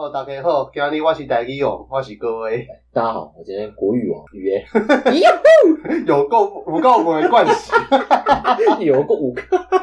Hello， 大家好，今日我是台语王，我是各位。 大家好，我今天国语王语言有够无的惯习， 有个5个。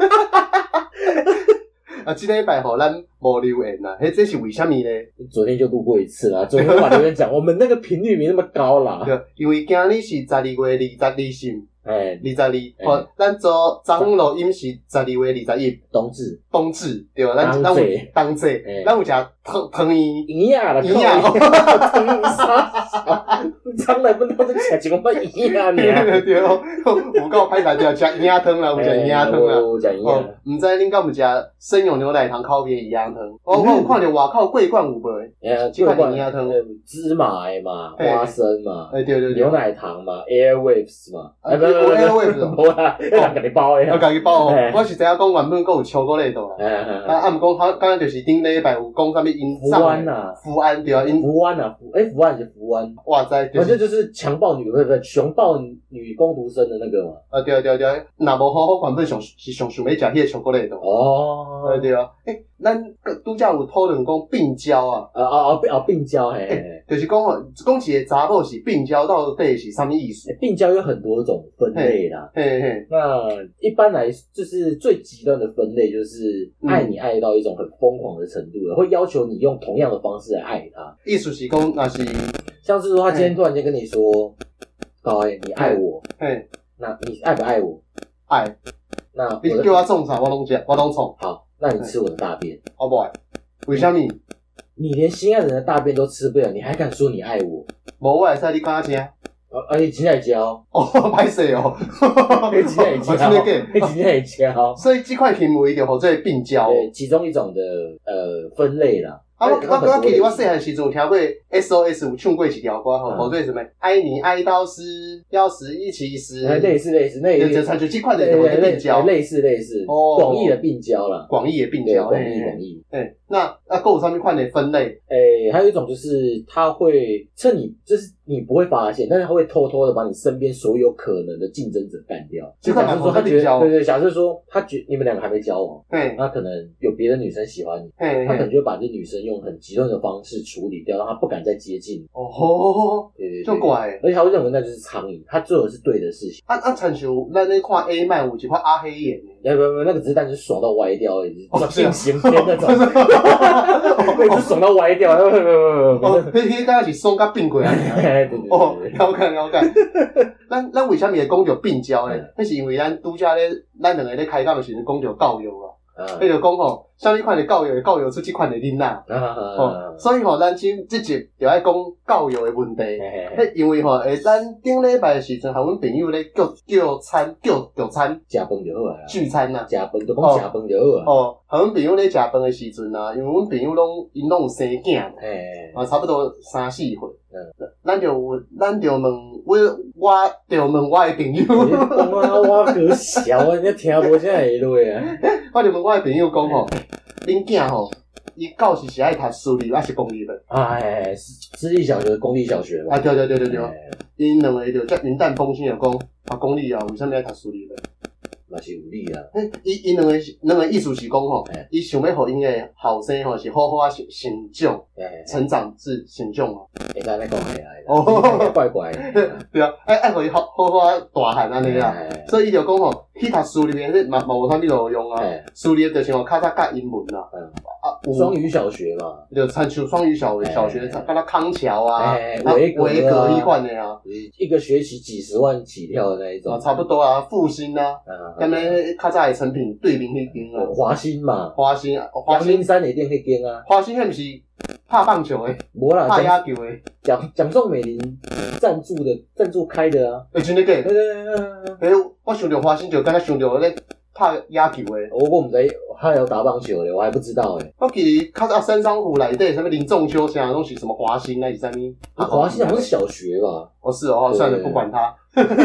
啊，这个礼拜吼咱无留言啦，这是为什么呢？ 昨天就录过一次啦，昨天我把留言讲，我们那个频率没那么高啦。 对，因为今日是12月22日。22，吼，咱做昨录音是12月21，冬至，对，咱有冬至，咱有食汤圆啦，汤圆啥？从来不到这吃一碗饭圆啊， 对，有够歹食着食圆汤啦，有食圆汤啦， 有食圆。 毋知恁敢有食生用牛奶糖烤面圆汤？我有看着外口桂冠有卖，这款圆汤， 芝麻的嘛，花生嘛， 对， 牛奶糖嘛 ，Airwaves 嘛， Airwaves 无啦，人家己包的， 家己包哦。我是知影讲原本还有巧克力度啊，毋讲他刚就是顶礼拜有讲啥物因福安啊， 福安对啊， 福安啊，福安是福安， 哇塞， 反正就是强暴女，不是熊抱女工读生的那个嘛。 对，若无好原本想要食迄个巧克力度。哦，对啊，咱拄则有讨论讲病娇啊， 病娇嘿， 就是讲吼，讲一个查某是病娇到底是啥物意思？ 病娇有很多种分类啦，那一般来就是最极端的分类就是爱你爱到一种很疯狂的程度的，会要求你用同样的方式来爱他。 意思是讲那是像是说他今天突然间跟你说，高A你爱我，那你爱不爱我？ 爱。那你叫我种啥我拢吃，我拢创。 好，那你吃我的大便， 好不爱？为什么？ 你连心爱的人的大便都吃不了，你还敢说你爱我？ 无我会使你敢吃。 你真会教哦，歹势哦， 你真会教，你真会教。 所以这块行为就叫做病娇， 其中一种的分类啦。 我记得我细汉时阵有听过 SOS 有唱过一条歌吼，叫做什么？爱你爱到死，要死一起死。 类似，那就参就这块的叫做病娇， 类似。广义的病娇啦， 广义的病娇， 广义。 那还有啥物款的分类？ 还有一种就是他会趁你，就是你不会发现，但是他会偷偷的把你身边所有可能的竞争者干掉。就假设说他觉得，对，假设说他觉你们两个还没交往，他可能有别的女生喜欢你，他可能就会把这女生用很极端的方式处理掉，让他不敢再接近你。 哦，对，就怪， 而且他会认为那就是苍蝇，他做的是对的事情。 亲像咱咧看 A 漫有一块阿黑眼。 不，那个只是单纯爽到歪掉而已，进行片那种，那是爽到歪掉。 迄刚是爽到变过啊！ 对， 了解。咱为什么会讲到病娇呢？那是因为咱拄则咧，咱两个咧开讲的时阵讲到教育啊。迄就讲吼，啥物款的教育出即款的囡仔，所以吼，咱这集就爱讲教育的问题。因为吼，咱顶礼拜的时阵，和阮朋友咧叫餐，食饭就好啊， 聚餐呐， 食饭就讲食饭就好啊。 和阮朋友咧食饭的时阵啊，因为阮朋友因拢有生囝，差不多3、4岁，咱就问我的朋友， 我可笑啊，你听无啥会落啊？ 我就问我的朋友讲吼，恁囝吼，伊到时是爱读私立还是公立的？ 私立小学、公立小学吧。 对。因两个就云淡风轻就讲，公立啊，为什么爱读私立的？ 嘛是有理啊。 因两个意思是讲吼，伊想要互因的后生吼是好好成成长至成长哦。 会使咧讲下怪怪。 对啊，爱互伊好大汉安尼啦。所以伊就讲吼，去读私立的嘛无啥物路用啊。私立就像较早教英文啦。 双语小学嘛， 就参像双语小学，敢若康桥啊， 维格迄款的啊， 一个学期几十万起跳的那一种， 差不多啊，复兴啊，敢若较早的成品对面迄间啊， 华兴嘛， 阳明山那间迄间啊， 华兴迄毋是拍棒球的， 无啦， 拍野球的， 蒋宋美龄赞助开的啊， 真的假？我想着华兴就敢若想着咧。拍野球诶， 我毋知还有打棒球咧，我还不知道诶。 我记得较早三商湖内底什么林仲秋啥东西，什么华兴还是啥物？ 华兴好像是小学吧？ 是哦，算了，不管他。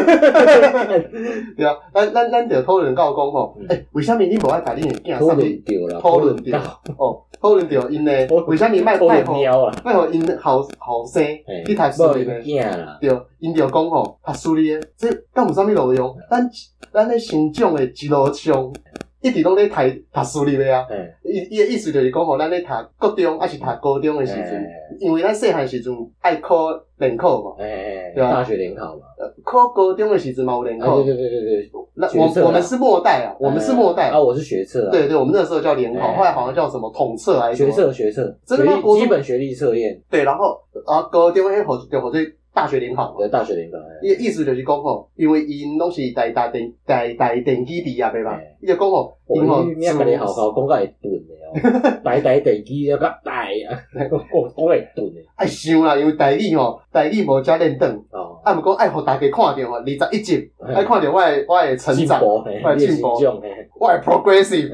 对啊，咱就讨论到讲吼，为虾米你无爱甲恁诶囝讨论着啦？ 讨论着因诶，为虾米卖互因后生去读私立诶？对，因就讲吼，读私立诶，这敢有啥物路用？咱咧成长诶一路上， 一直拢咧读私立的啊。伊的意思就是讲吼，咱咧读国中还是读高中的时阵，因为咱细汉时阵爱考联考嘛，对吧？ 大学联考嘛。 考高中的时阵嘛有联考。 对。 那我们是末代啊，我们是末代啊，我是学测啊。 对，我们那时候叫联考，后来好像叫什么统测还是什么？ 学测。 真的吗？ 基本学历测验。 对，然后高中迄就或者大学联考嘛。 对，大学联考。 伊意思就是讲吼，因为因拢是台电机毕业的嘛，伊就讲吼， 因吼你家己好好讲甲会顿的哦，台电机要甲大啊，讲会顿的。 爱想啦，因为台语无遮练长，啊，毋过爱互大家看到吼，21集，爱看到我的成长，我的进步，我的 progressive。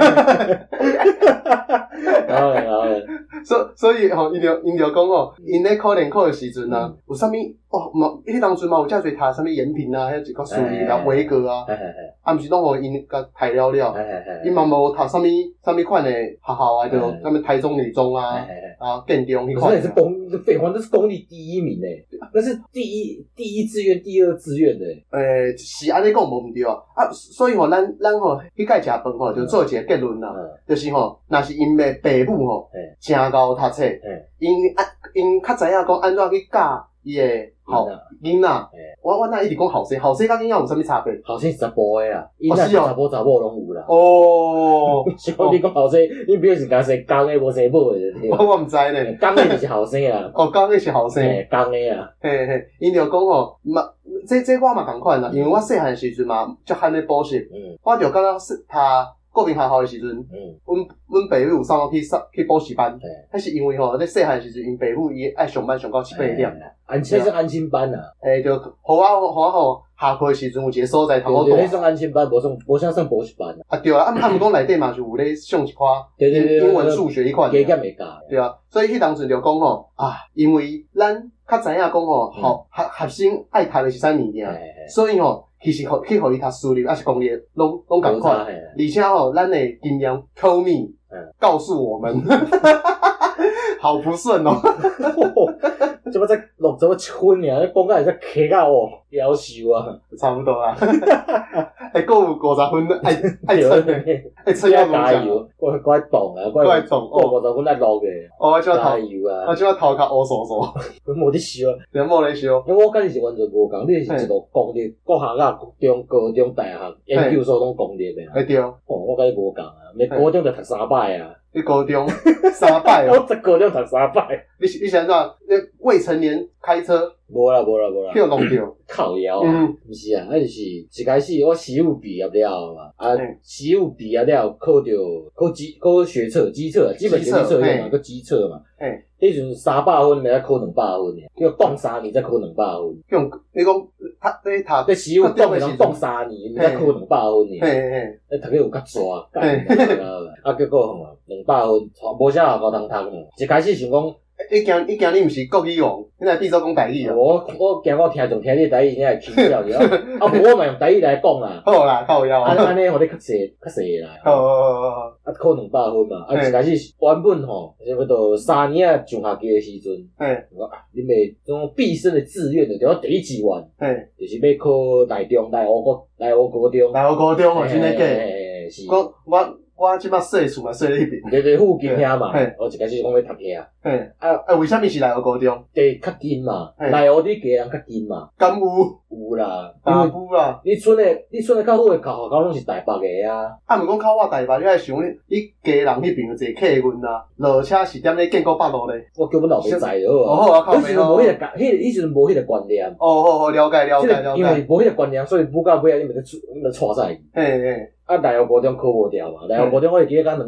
所以吼，因就讲吼，因咧考联考的时阵啊，有啥物迄当阵嘛有遮侪读啥物延平啊，迄一个数理啊、维格啊，啊，毋是拢互因甲排了，因嘛无读啥物款的学校啊，就啥物台中女中啊，建中迄款。 是废话，这是公立第1名诶，那是第一志愿、第2志愿的。 是安尼讲无毋对啊，所以吼，咱吼迄届食饭吼，就做一个结论啦，就是吼，若是因的父母吼，真够读册，因较知影讲安怎去教伊的囡仔。我那一直讲后生甲囡仔有啥物差别？ 后生是查甫的啦，囡仔是查甫拢有啦。 哦， 是讲你讲后生，你比如是甲生公的无生母的对。 我毋知呢， 公的就是后生啊。 公的是后生。 公的啊。 因就讲吼，嘛，这我嘛共款啦，因为我细汉时阵嘛，足罕咧补习，我就刚刚是读国民学校的时阵，阮爸母有送我去补习班，迄是因为吼，咧细汉时阵，因爸母伊爱上班上到7、8点。 这是安亲班啊。 就互我吼下课的时阵有一个所在通好住。 对，算安亲班，无啥算补习班啊。 对啊，毋讲内底嘛是有咧上一寡英文、数学迄款。 加减会教。 对啊，所以迄当阵就讲吼因为咱较知影讲吼，学生爱读的是啥物件，所以吼。其实去互伊读私立还是公立，拢共款，而且吼，咱的经验 tell me 告诉我们，好不顺哦。 怎么才60怎么分尔？你讲甲会使客到哦，夭寿啊！ 差不多啦。还有50分爱撑的，爱撑要加油， 我爱动啊，我爱动，50分爱落嘅。 我加油啊！ 我即摆头壳乌索索。 我无咧烧， 无咧烧。 因为我甲你是完全无共，你是一路公立、国学啊、国中、高中、大学、研究所拢公立的。 对。 我甲你无共啊，你高中就读3摆啊。 你高中3摆我高中读3摆。 你是安怎？未成年开车？ 无啦。 去弄着。 靠腰啊！毋是啊，就是一开始我师傅毕业了嘛，师傅毕业了考学测、基测，基本学历测验嘛，个基测嘛。迄阵300分，来考200分尔，叫冻3年才考200分。 你讲你读， 你师傅冻是冻3年，才考200分尔。你读个有较抓，结果吼200分，无啥学校通读嘛。一开始想讲。你惊你毋是国语王，你来闭嘴讲台语啊？ 我惊我听台语，你来起笑着。无我嘛用台语来讲啦。 好啦，靠腰。 安尼互你较细啦。 好。 考200分嘛，一开始原本吼，差不多3年上学期的时阵，我讲你袂种毕生的志愿就我第一志愿，就是要考台中、台湖高中。 台湖高中哦，真诶假？ 是。 我即摆细厝嘛细咧迄边。 对，附近遐嘛。我一开始讲要读遐。 为虾米是台湖高中？ 较近嘛，台湖你家人较近嘛。 敢有啦， 有啦。 你选的较好的学校拢是台北的啊。 毋讲靠我台北，你爱想你家人迄边有一个客运啊，落车是踮咧建国北路咧。 我根本老袂知了。 好啊，靠迄时阵无迄时阵无迄个观念。 好，了解。 因为无迄个观念，所以不到尾啊，你就错在。台湖高中考无掉嘛，台湖高中我会记得讲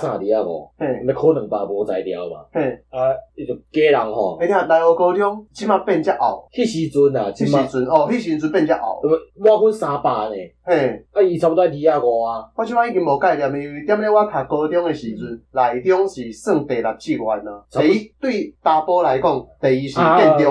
230、250，要考200无才掉嘛。伊就家人吼。 你听台湖高中即马变遮后。 迄时阵啊， 迄时阵变遮后。 满分300呢。伊差不多250啊。 我即摆已经无概念，因为踮咧我读高中的时阵，内中是算第6志愿啊。第一对查甫来讲，第一是建中嘛。第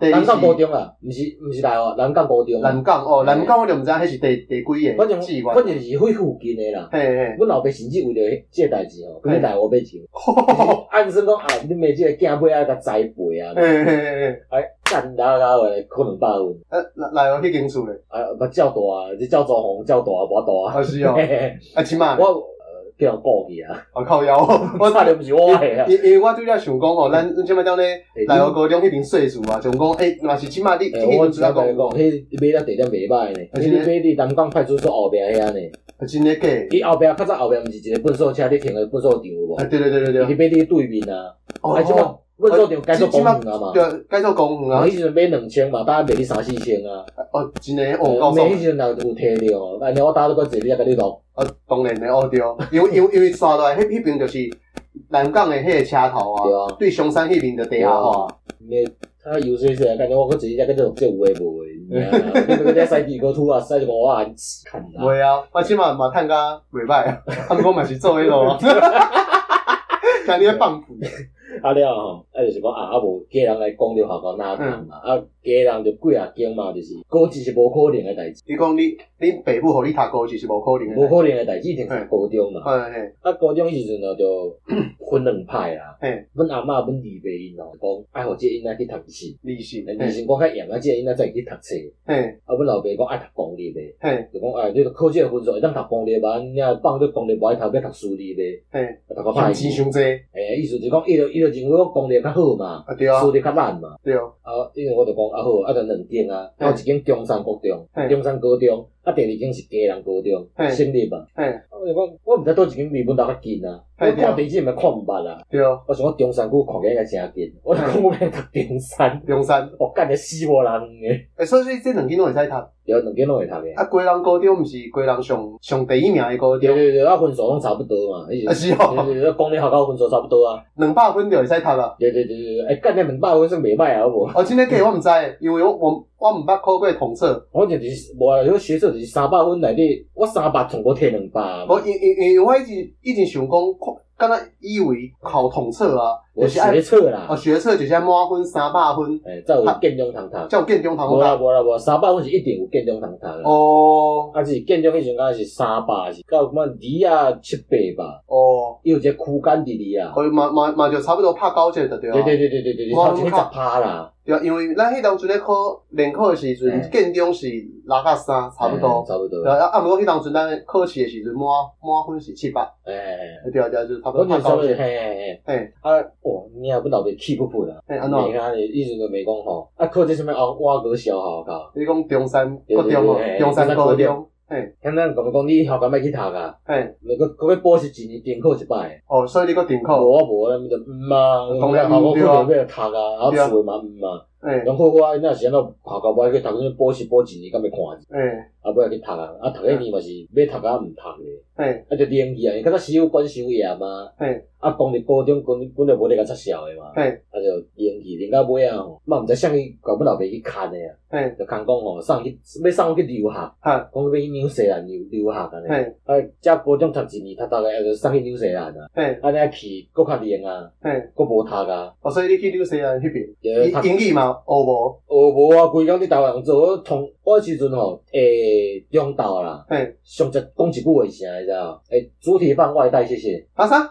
南港高中啦，毋是内华，南港高中。 南港哦，南港我就毋知影迄是第几个。 反正是迄附近的啦。嘿嘿。阮老爸甚至为着即个代志吼，去内华买钱。按算讲啊，恁妈即个囝尾仔甲栽培啊。嘿嘿嘿。哎，干打话可能200分。 内华迄间厝咧？ 啊，较大，这叫做红，较大无大。 啊是哦。即码我。叫人顾去啊！ 我靠腰， 我差点毋是我诶啊！ 因为我拄则想讲吼，咱即摆踮咧内华高中迄边岁数啊，就讲若是即摆你， 我知影讲，迄买了地点袂歹呢。你买伫南港派出所后壁遐呢？ 真诶假？ 伊后壁较早后壁毋是一个粪扫车咧停个粪扫场无？ 对。 伊买伫对面啊。哦。粪扫场改做公园啊嘛。 对，改做公园啊。 迄时阵买2000嘛，搭卖你3-4千啊。 哦，真诶哦，高爽。 迄时阵若有摕着，安尼我搭到搁坐你甲你录。 当然诶，哦对，因为刷落来迄边就是南港诶迄个车头啊，对松山迄边就地下化。 他游水水，感觉我搁坐只个这有诶无诶，你搁在赛地沟土啊，赛一个我很看啦。 袂啊，我即嘛趁甲袂歹啊，他们讲嘛是做迄落，看你咧放屁。 了吼，就是讲无家人来讲着学校哪通嘛，家人就几啊间嘛，就是高职是无可能诶代志。 你讲恁爸母互你读高职是无可能诶， 无可能诶代志，一定是高中嘛。高中迄时阵就分两派啦。阮阿嬷、阮二伯因讲爱互即个囡仔去读理性讲较严啊，即个囡仔才会去读册。阮老爸讲爱读公立诶，就讲你考即个分数会当读公立嘛，你若放伫公立无爱读，要读私立诶，读个歹钱伤济。 意思就是讲伊就认为讲公立较好嘛，私立较烂嘛。对。因为我就讲好，就2间啊，有一间中山国中、中山高中，第二间是家人高中，省立嘛。我就讲，我毋知倒一间离阮兜较近啊。我看地址毋是看毋捌啊。对。我想讲中山区看起来真近，我就讲我要读中山。我干得死无人诶。 所以这2间拢会使读。 对，2间拢会读诶。 家人高中毋是家人上第一名诶高中。 对，分数拢差不多嘛。 是哦。 对，公立学校分数差不多啊。 200分就会使读啊。 对，干那200分算袂歹啊，好无？ 真诶假我毋知，因为我毋捌考过统测。 我就是无啊，迄学测就是300分内底，我300从无摕200。 无因为我一直想讲，敢若以为考统测啊，就是学测啦。 学测就是满分300分。 才有建中通读。 才有建中通读。 无啦，300分是一定有建中通读啦。 哦。 是建中迄阵敢是300，是到什么2啊700吧。哦。伊有一个区间伫里啊。 嘛就差不多拍高阶就对啊。 对，头前10%啦。 对，因为咱迄当阵咧联考诶时阵，建中是6-3，差不多。对啊，毋过迄当阵咱考试诶时阵，满分是700。对，就是差不多拍高阶。 你啊，阮老爸气噗噗啦。 安怎？ 意思就袂讲吼，考这什么瓦格小学校。 你讲中山高中哦，中山高中。 咱讲你校监要去读啊？搁要补习一年，重考一摆。 哦，所以你搁重考？ 无，咱就嘛，当然校监考着要读啊，啊厝诶嘛嘛。然后我若是安怎校监无爱去读，什补习补一年，敢要看者？尾来去读啊，读迄年嘛是要读啊，毋读诶。就冷去啊，因较早收管收严嘛。公立高中本来无咧甲插销诶嘛。就冷去，冷到尾啊吼，嘛毋知啥物甲阮老爸去牵诶啊。就牵讲吼，要送我去留学，讲要去纽西兰留学安尼。遮高中读一年，读个就送去纽西兰啊。安尼去搁较冷啊，搁无读啊。 所以你去纽西兰迄边，英语嘛学无？ 学无啊，规工伫台湾做。我时阵吼，中昼啦，上只讲一句话是啥你知道？猪蹄饭外带，谢谢。 啥？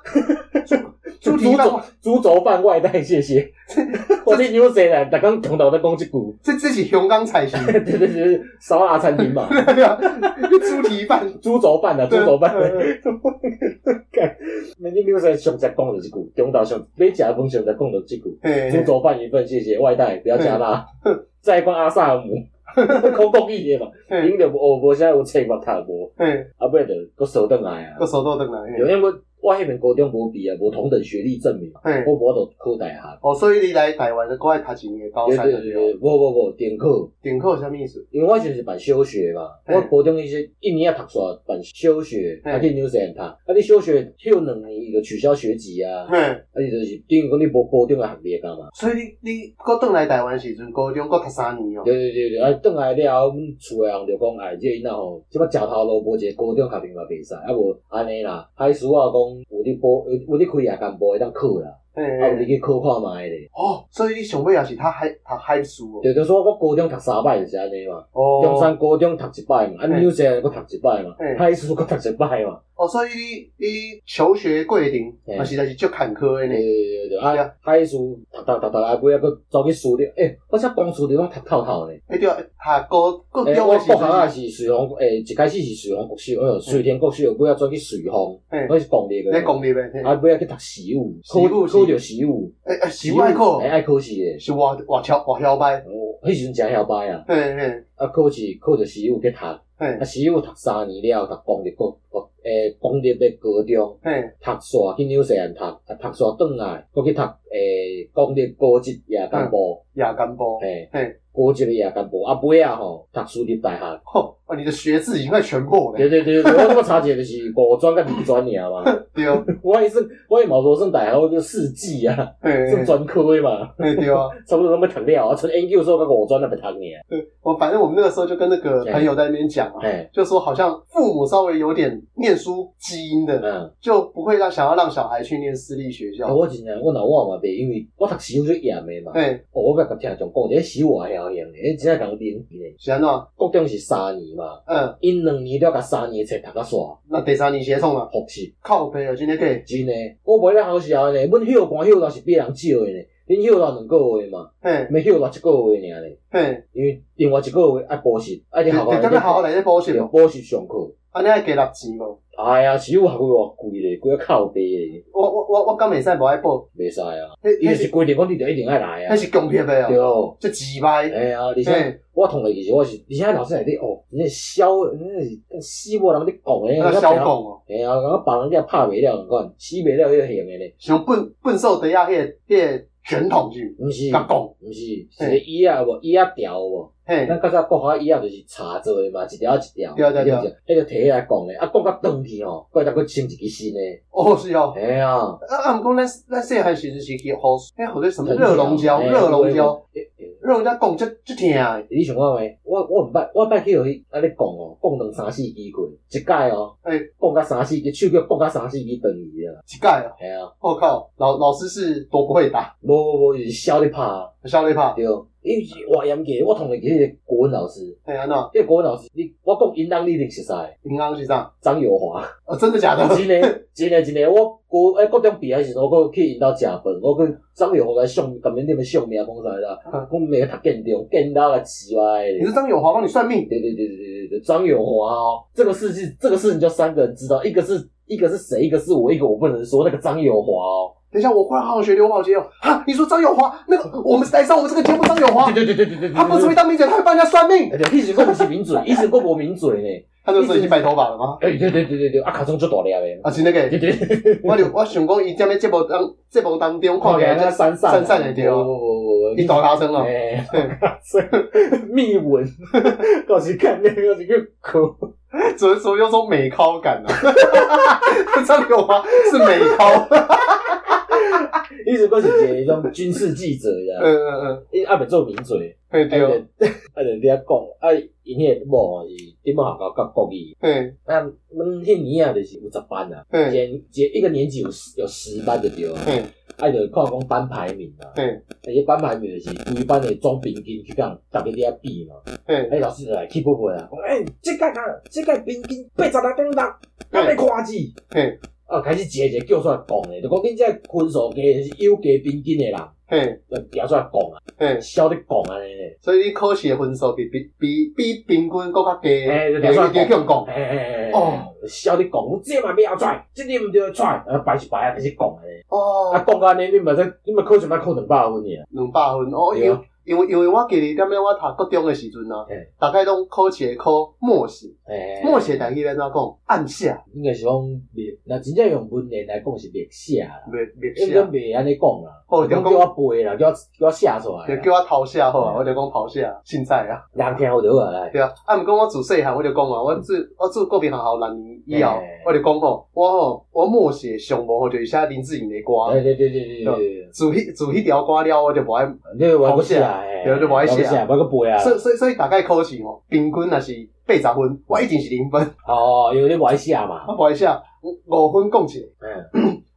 猪肘饭外带，谢谢。我去纽西兰，逐工中昼在讲即句。 这是香港菜系。 对，烧腊餐厅嘛。 对啊，猪蹄饭、 猪肘饭啊，猪肘饭。那你纽西兰上只讲就即句，中昼上要食饭上只讲就即句。猪肘饭一份，谢谢，外带不要加辣。再一罐阿萨姆。考国语诶嘛，因着无啥有册目读无，尾就搁收倒来啊，因为我迄边高中无毕业，无同等学历证明，我无就考大学。 所以你来台湾搁爱读一年高三。对， 无重考。 重考啥物意思？ 因为我以前是办小学嘛，我高中迄些1年读煞办小学，去纽西兰读，你小学休2年伊就取消学籍啊，伊就是等于讲你无高中诶学历啊嘛。 所以你搁转来台湾时阵，高中搁读3年哦。 对，转来了后，阮厝诶人就讲，即个囡仔吼，即摆食头路无一个高中学历嘛袂使，无安尼啦，海事啊讲。有你开夜间部会当考啦， 有你去考看卖咧。 哦，所以你上尾也是读海事哦。 对，就说我高中读3摆就是安尼嘛。中山高中读1摆嘛，纽西兰佫读1摆嘛，海事佫读1摆嘛。 哦，所以你求学过程嘛实在是足坎坷的呢。 对，啊，海事读啊，尾啊佫走去数着，我只公数着拢读透透呢。 对，读高中我国校也是瑞丰，一开始是瑞丰国小，瑞田国小，尾啊转去瑞丰，我是公立的。 你公立的， 啊，尾啊去读实务，考着实务。 实务爱考， 爱考试诶。 是外晓摆。 迄时阵真晓摆啊。啊，考着实务去读，啊，实务读3年了，读公立的高中，读煞去纽西兰读，啊，读煞转来，佫去读公立高职夜间部，高职的夜间部，啊，尾啊吼，读私立大学。 吼，你的学制已经快全破了。 对，我这么差一个就是5专甲2专尔嘛。对，我迄嘛无算大学，我叫4技啊，算专科的嘛。 对啊， 差不多都要读了啊，剩研究所甲5专那边读尔。 反正我们那个时候就跟那个朋友在那边讲啊，就说好像父母稍微有点念书基因的，就不会想要让小孩去念私立学校。 我真正我老我嘛袂，因为我读实务就严的嘛。我甲听众讲，这实务也晓用的，真正讲灵奇嘞。 是安怎？ 国中是3年嘛，因2年了甲3年册读到煞。 那第3年写创啊？ 复习。 靠背啊，真的假？ 真的，我无咧好笑的呢，阮休寒休老是比人少的呢。恁休老2个月嘛，没休老1个月尔咧。因为另外1个月爱补习，爱伫学校内好好来咧补习， 补习上课。 你爱加6钱无？ 哎呀，实务学费偌贵咧，贵啊靠背咧。 我敢袂使无爱补？ 袂使啊，伊就是规定讲你著一定爱来啊。 迄是公平的哦。对，这鸡掰。 而且我同个其实我是，而且老师内底真是死无人咧讲诶。 那小讲哦。 我别人家拍袂了，款死袂了迄个型诶咧。 像笨兽底下迄个卷筒去， 毋是， 甲讲， 毋是，是个椅仔无，椅仔条无。咱较早国校椅仔就是茶做诶嘛，一条一条。对，迄个摕起来讲诶，讲到断去吼，再佫升一支新诶。 哦，是哦。毋过咱细汉时阵是去学迄什么热熔胶讲足疼诶。 你想看没？我捌去互伊安尼讲2、3、4支过，一届讲到3、4支，手脚讲到3、4支断去啊。 一届啊？我靠，老师是多不会打。 无，是笑咧拍。对。伊是偌严格，我同个迄个国文老师。 安怎？ 迄个国文老师，我讲音浪你一定熟悉。 音浪是啥？ 张友华。 真的假的？ 真的，我国中毕业时阵，我去因兜食饭，我去张友华来相，甲面念相命讲啥啦？我每个读建中，建到来奇怪。 你是张友华帮你算命？ 对，张友华哦，这个事情就3个人知道，一个是谁，一个是我，一个我不能说，那个张友华哦。 等一下，我忽然好想学刘宝杰哦！哈，你说张友华，那个我们来上我们这个节目，张友华， 对， 他不只会当名嘴，他会帮人家算命。 一直讲不是名嘴，一直讲无名嘴呢。 他那时候已经白头发了吗？ 对，卡中足大粒的。 真的个？对。我想讲，伊踮咧节目当中看起来散的对。 伊大卡生哦。 密文，到时看那个是个口。 只能说有种美考感啊！张友华是美考。 伊是是一种军事记者呀，伊袂做名嘴， 对， 就伫遐讲，因迄个某是顶本学校教国语，阮迄年啊就是有10班啊，一个年级有10班就对了，就看讲班排名啊，伊班排名就是规班的总平均去讲，逐个伫遐比嘛，老师就来起步分啊，这届平均86点6，敢要夸字。开始一个叫出来讲诶，就讲恁这分数低是有低平均诶人，就调出来讲啊，晓得讲安尼咧。 所以你考试诶分数比平均搁较低， 就调出来讲， 晓得讲，这嘛要出来，这你毋着出来，排一排啊开始讲安尼。讲到安尼，你嘛考试嘛考200分尔。 200分因为我记得踮咧我读国中诶时阵啊，大概拢考试会考默写，默写台语安怎讲？按下， 应该是讲略，那真正用文言来讲是略写啦， 略写， 应该袂安尼讲啦。就讲叫我背啦，叫我写出来， 就叫我偷写好啊，我就讲偷写，凊彩啊， 人听有得来。 对啊，毋过我自细汉我就讲啊，我住国民学校6年以后，我就讲我默写上无就是写林志颖的歌。 对。 自迄条歌了，我就无爱偷写。 对，就无爱写， 无个背啊。 所以大概考试平均若是80分，我一定是0分。 因为你无爱写嘛。 我无爱写，5分讲一个。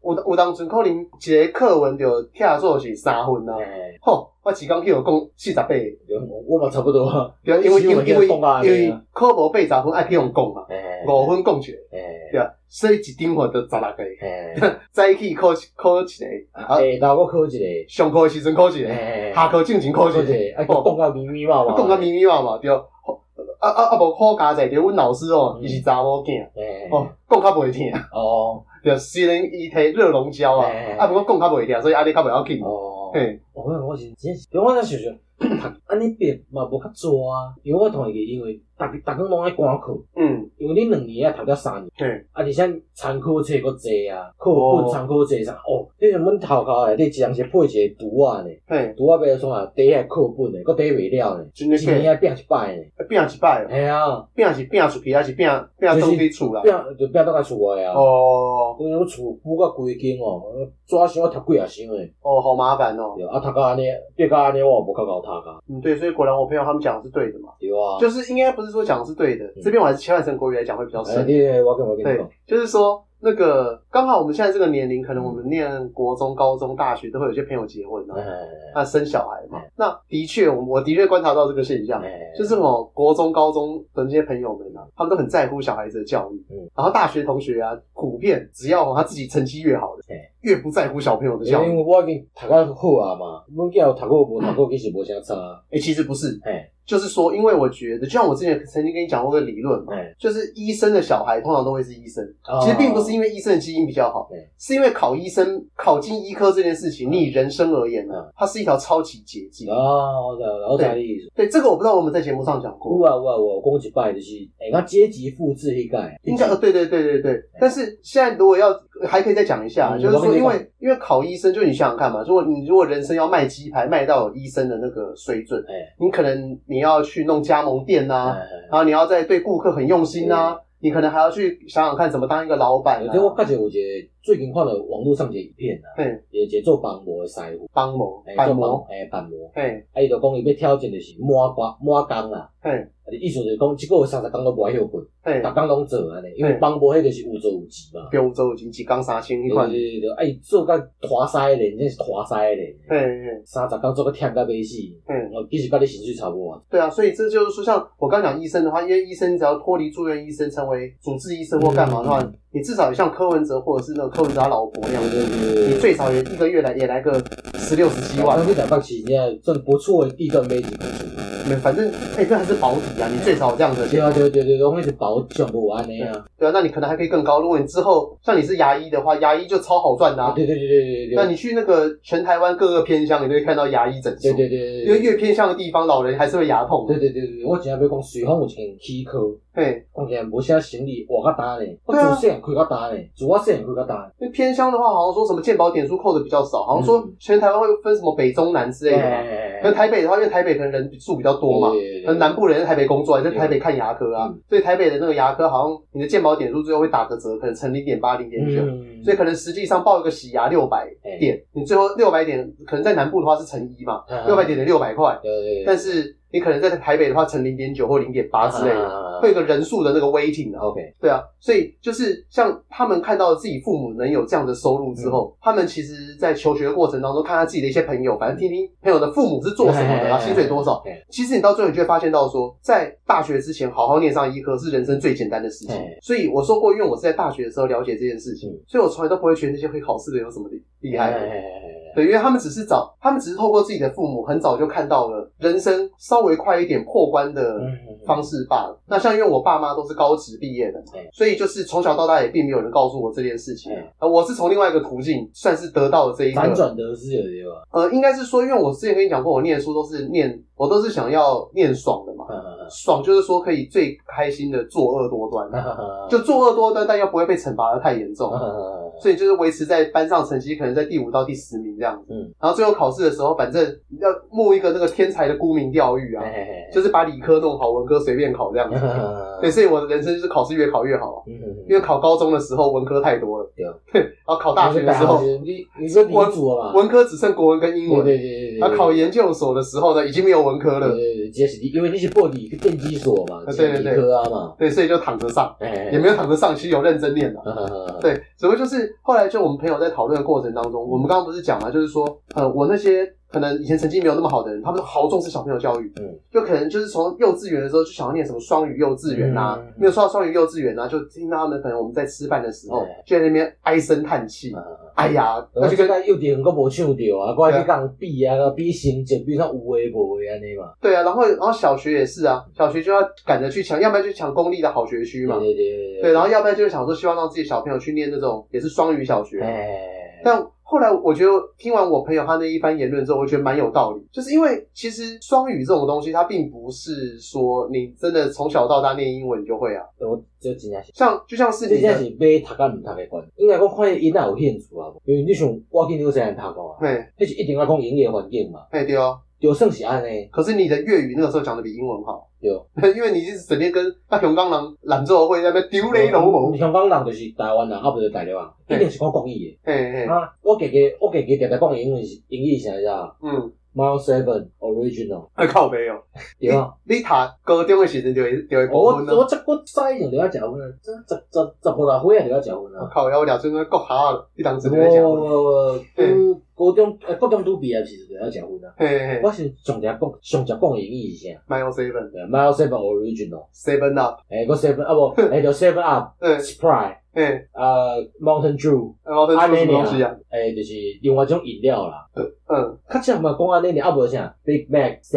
有当阵可能一个课文就拆做是3分啊，吼，我一工去有讲48， 我嘛差不多啊， 对，因为考无80分爱去用讲嘛，5分讲出来，对啊，所以一张课就16个，早起考一个， 下昼我考一个， 上课时阵考一个，下课正经考一个， 讲到密密麻麻， 讲到密密麻麻对。无好佳在，就阮老师哦，伊是查某囝，讲较袂听，对，虽然伊摕热熔胶啊，不过讲较袂听，所以安尼较袂要紧。嘿， 我是真是，我想想，安尼变嘛无较抓啊，因为我同伊因为逐工拢爱赶课，因为你2年啊读了3年，而且参考册搁济啊，课本参考册啥，你像阮头壳内底一人是配一个图啊呢，图啊要创啊，底下课本呢，搁底袂了呢，一年啊变1摆呢， 变1摆， 系啊， 变是变出去还是变倒去厝啦？ 就变倒来厝外啊，我厝补甲规间抓想要读几啊箱诶， 好麻烦哦。 对啊，读到安尼，变到安尼我无较够读啊。 对，所以果然我朋友他们讲的是对的嘛。 对啊， 就是应该不是说讲的是对的，这边我还是切换成国语来讲会比较深。 对，我跟你讲。 对，就是说那个刚好我们现在这个年龄，可能我们念国中、高中、大学都会有些朋友结婚啊，生小孩嘛。那的确，我的确观察到这个现象，就是国中、高中的那些朋友们啊，他们都很在乎小孩子的教育。然后大学同学啊，普遍只要他自己成绩越好的，越不在乎小朋友的教育。 因为我已经读到好啊嘛，阮囝有读过无读过，其实无啥差。 其实不是，就是说，因为我觉得，就像我之前曾经跟你讲过个理论嘛，就是医生的小孩通常都会是医生。其实并不是因为医生的基因比较好，是因为考医生、考进医科这件事情，你以人生而言呢，它是一条超级捷径。 我知你意思。 对，这个我不知道我们在节目上讲过。 有啊，我讲一摆就是，那阶级复制迄个。 应该对。但是现在如果要还可以再讲一下，就是说，因为考医生，就你想想看嘛，如果人生要卖鸡排卖到有医生的那个水准，你可能你要去弄加盟店啊，然后你要再对顾客很用心啊，你可能还要去想想看怎么当一个老板啊。 我感觉有一个最近看到网络上一个影片啊，一个做帮模的师傅， 板模， 伊就讲伊要挑战就是抹工啦，意思就是讲，这个月30工都无爱休困，逐工拢做安尼，因为帮模迄就是有做有钱嘛， 有做有钱，一工3000迄款， 对，做到拖腮咧，真是拖腮咧，30工做到忝到要死，其实跟你薪水差不多。 对啊，所以这就是说，像我刚讲医生的话，因为医生只要脱离住院医生，成为主治医生或干嘛的话，你至少也像柯文哲或者是那个柯文哲他老婆那样，你最少也一个月也来个16、17万。 那2百起，现在算不错的地段买几本书。 反正这还是保底啊，你最少这样子。 对，我是保上不安尼啊。 对啊，那你可能还可以更高。如果你之后像你是牙医的话，牙医就超好赚的啊。 对。 那你去那个全台湾各个偏乡，你都会看到牙医诊所。对。因为越偏向的地方，老人还是会牙痛。 对，我之前要讲随风有一间齿科，我竟然无啥行李活较大呢，我自细汉开较大呢，自我细汉开较大。 因为偏乡的话，好像说什么健保点数扣的比较少，好像说全台湾会分什么北中南之类的嘛。可台北的话，因为台北可能人数比较多嘛，可能南部人在台北工作，还在台北看牙科啊，所以台北的那个牙科好像你的健保点数最后会打个折，可能乘0.8、0.9，所以可能实际上报一个洗牙600点，你最后600点，可能在南部的话是乘1嘛，600点的600块，但是你可能在台北的话乘0.9或0.8之类的，会有个人数的那个 weighting 啊。对啊，所以就是像他们看到自己父母能有这样的收入之后，他们其实在求学的过程当中，看他自己的一些朋友，反正听听朋友的父母是做什么的啊，薪水多少。其实你到最后你就会发现到说，在大学之前好好念上医科是人生最简单的事情。所以我说过，因为我是在大学的时候了解这件事情，所以我从来都不会觉得那些会考试的有什么厉害的。对，因为他们只是透过自己的父母很早就看到了人生稍微快一点破关的方式罢了。那像因为我爸妈都是高职毕业的，所以就是从小到大也并没有人告诉我这件事情。我是从另外一个途径算是得到了这一个反转得失有对吧？ 应该是说，因为我之前跟你讲过，我念书我都是想要念爽的嘛。爽就是说可以最开心的作恶多端，就作恶多端，但又不会被惩罚的太严重，所以就是维持在班上成绩可能在第5到第10名这样子。然后最后考试的时候，反正要募一个那个天才的沽名钓誉啊，就是把理科弄好，文科随便考这样子。对，所以我的人生就是考试越考越好啊。因为考高中的时候文科太多了，对，然后考大学的时候， 你是理组了嘛？ 文科只剩国文跟英文。对。然后考研究所的时候呢，已经没有文科了。 对，因为你是报电机所嘛， 对， 理科啊嘛。 对，所以就躺着上，也没有躺着上，其实有认真念的。对，只不过就是是后来就我们朋友在讨论的过程当中，我们刚刚不是讲了，就是说，我那些可能以前成绩没有那么好的人，他们都好重视小朋友教育，就可能就是从幼稚园的时候就想要念什么双语幼稚园啊，没有说到双语幼稚园啊，就听到他们可能我们在吃饭的时候就在那边唉声叹气，哎呀， 而且跟幼稚园佫无唱着啊，我还去讲比啊，比成绩，比上有诶无诶安尼嘛。 对啊，然后小学也是啊，小学就要赶着去抢，要不然就抢公立的好学区嘛，对，然后要不然就是想说希望让自己小朋友去念那种也是双语小学，但后来我觉得听完我朋友他那一番言论之后，我觉得蛮有道理，就是因为其实双语这种东西，它并不是说你真的从小到大念英文你就会啊。 我这真正是就像是你真正是买读甲毋读的关，应该讲看囡仔有兴趣啊，因为你像我去纽西兰读过啊，迄是一定要讲英语的环境嘛。 对啊， 就算是安尼。 可是你的粤语那个时候讲的比英文好。 对， 因为你是整天跟香港人懒做会在那边丢雷老母。 香港人就是台湾人，不是大陆人，一定是讲国语的。啊，我家己常常讲英语是啥子？Mile 7 Original。 靠北哦。对啊。你读高中的时阵就会过分啊。 我早就就要结婚啊，十五六岁啊就要结婚啊。 靠，我俩阵个国下，你当时就要结婚。 高中拄毕业时就要结婚啊。我是上常讲的英语是啥 ？Mile 7。 Mile 7 Original。 7 Up。 个 7 啊就 7 Up。Sprite。Mountain Dew。Mountain Dew 什么东西啊？ 就是另外一种饮料啦。较少嘛讲安尼尔，无啥 Big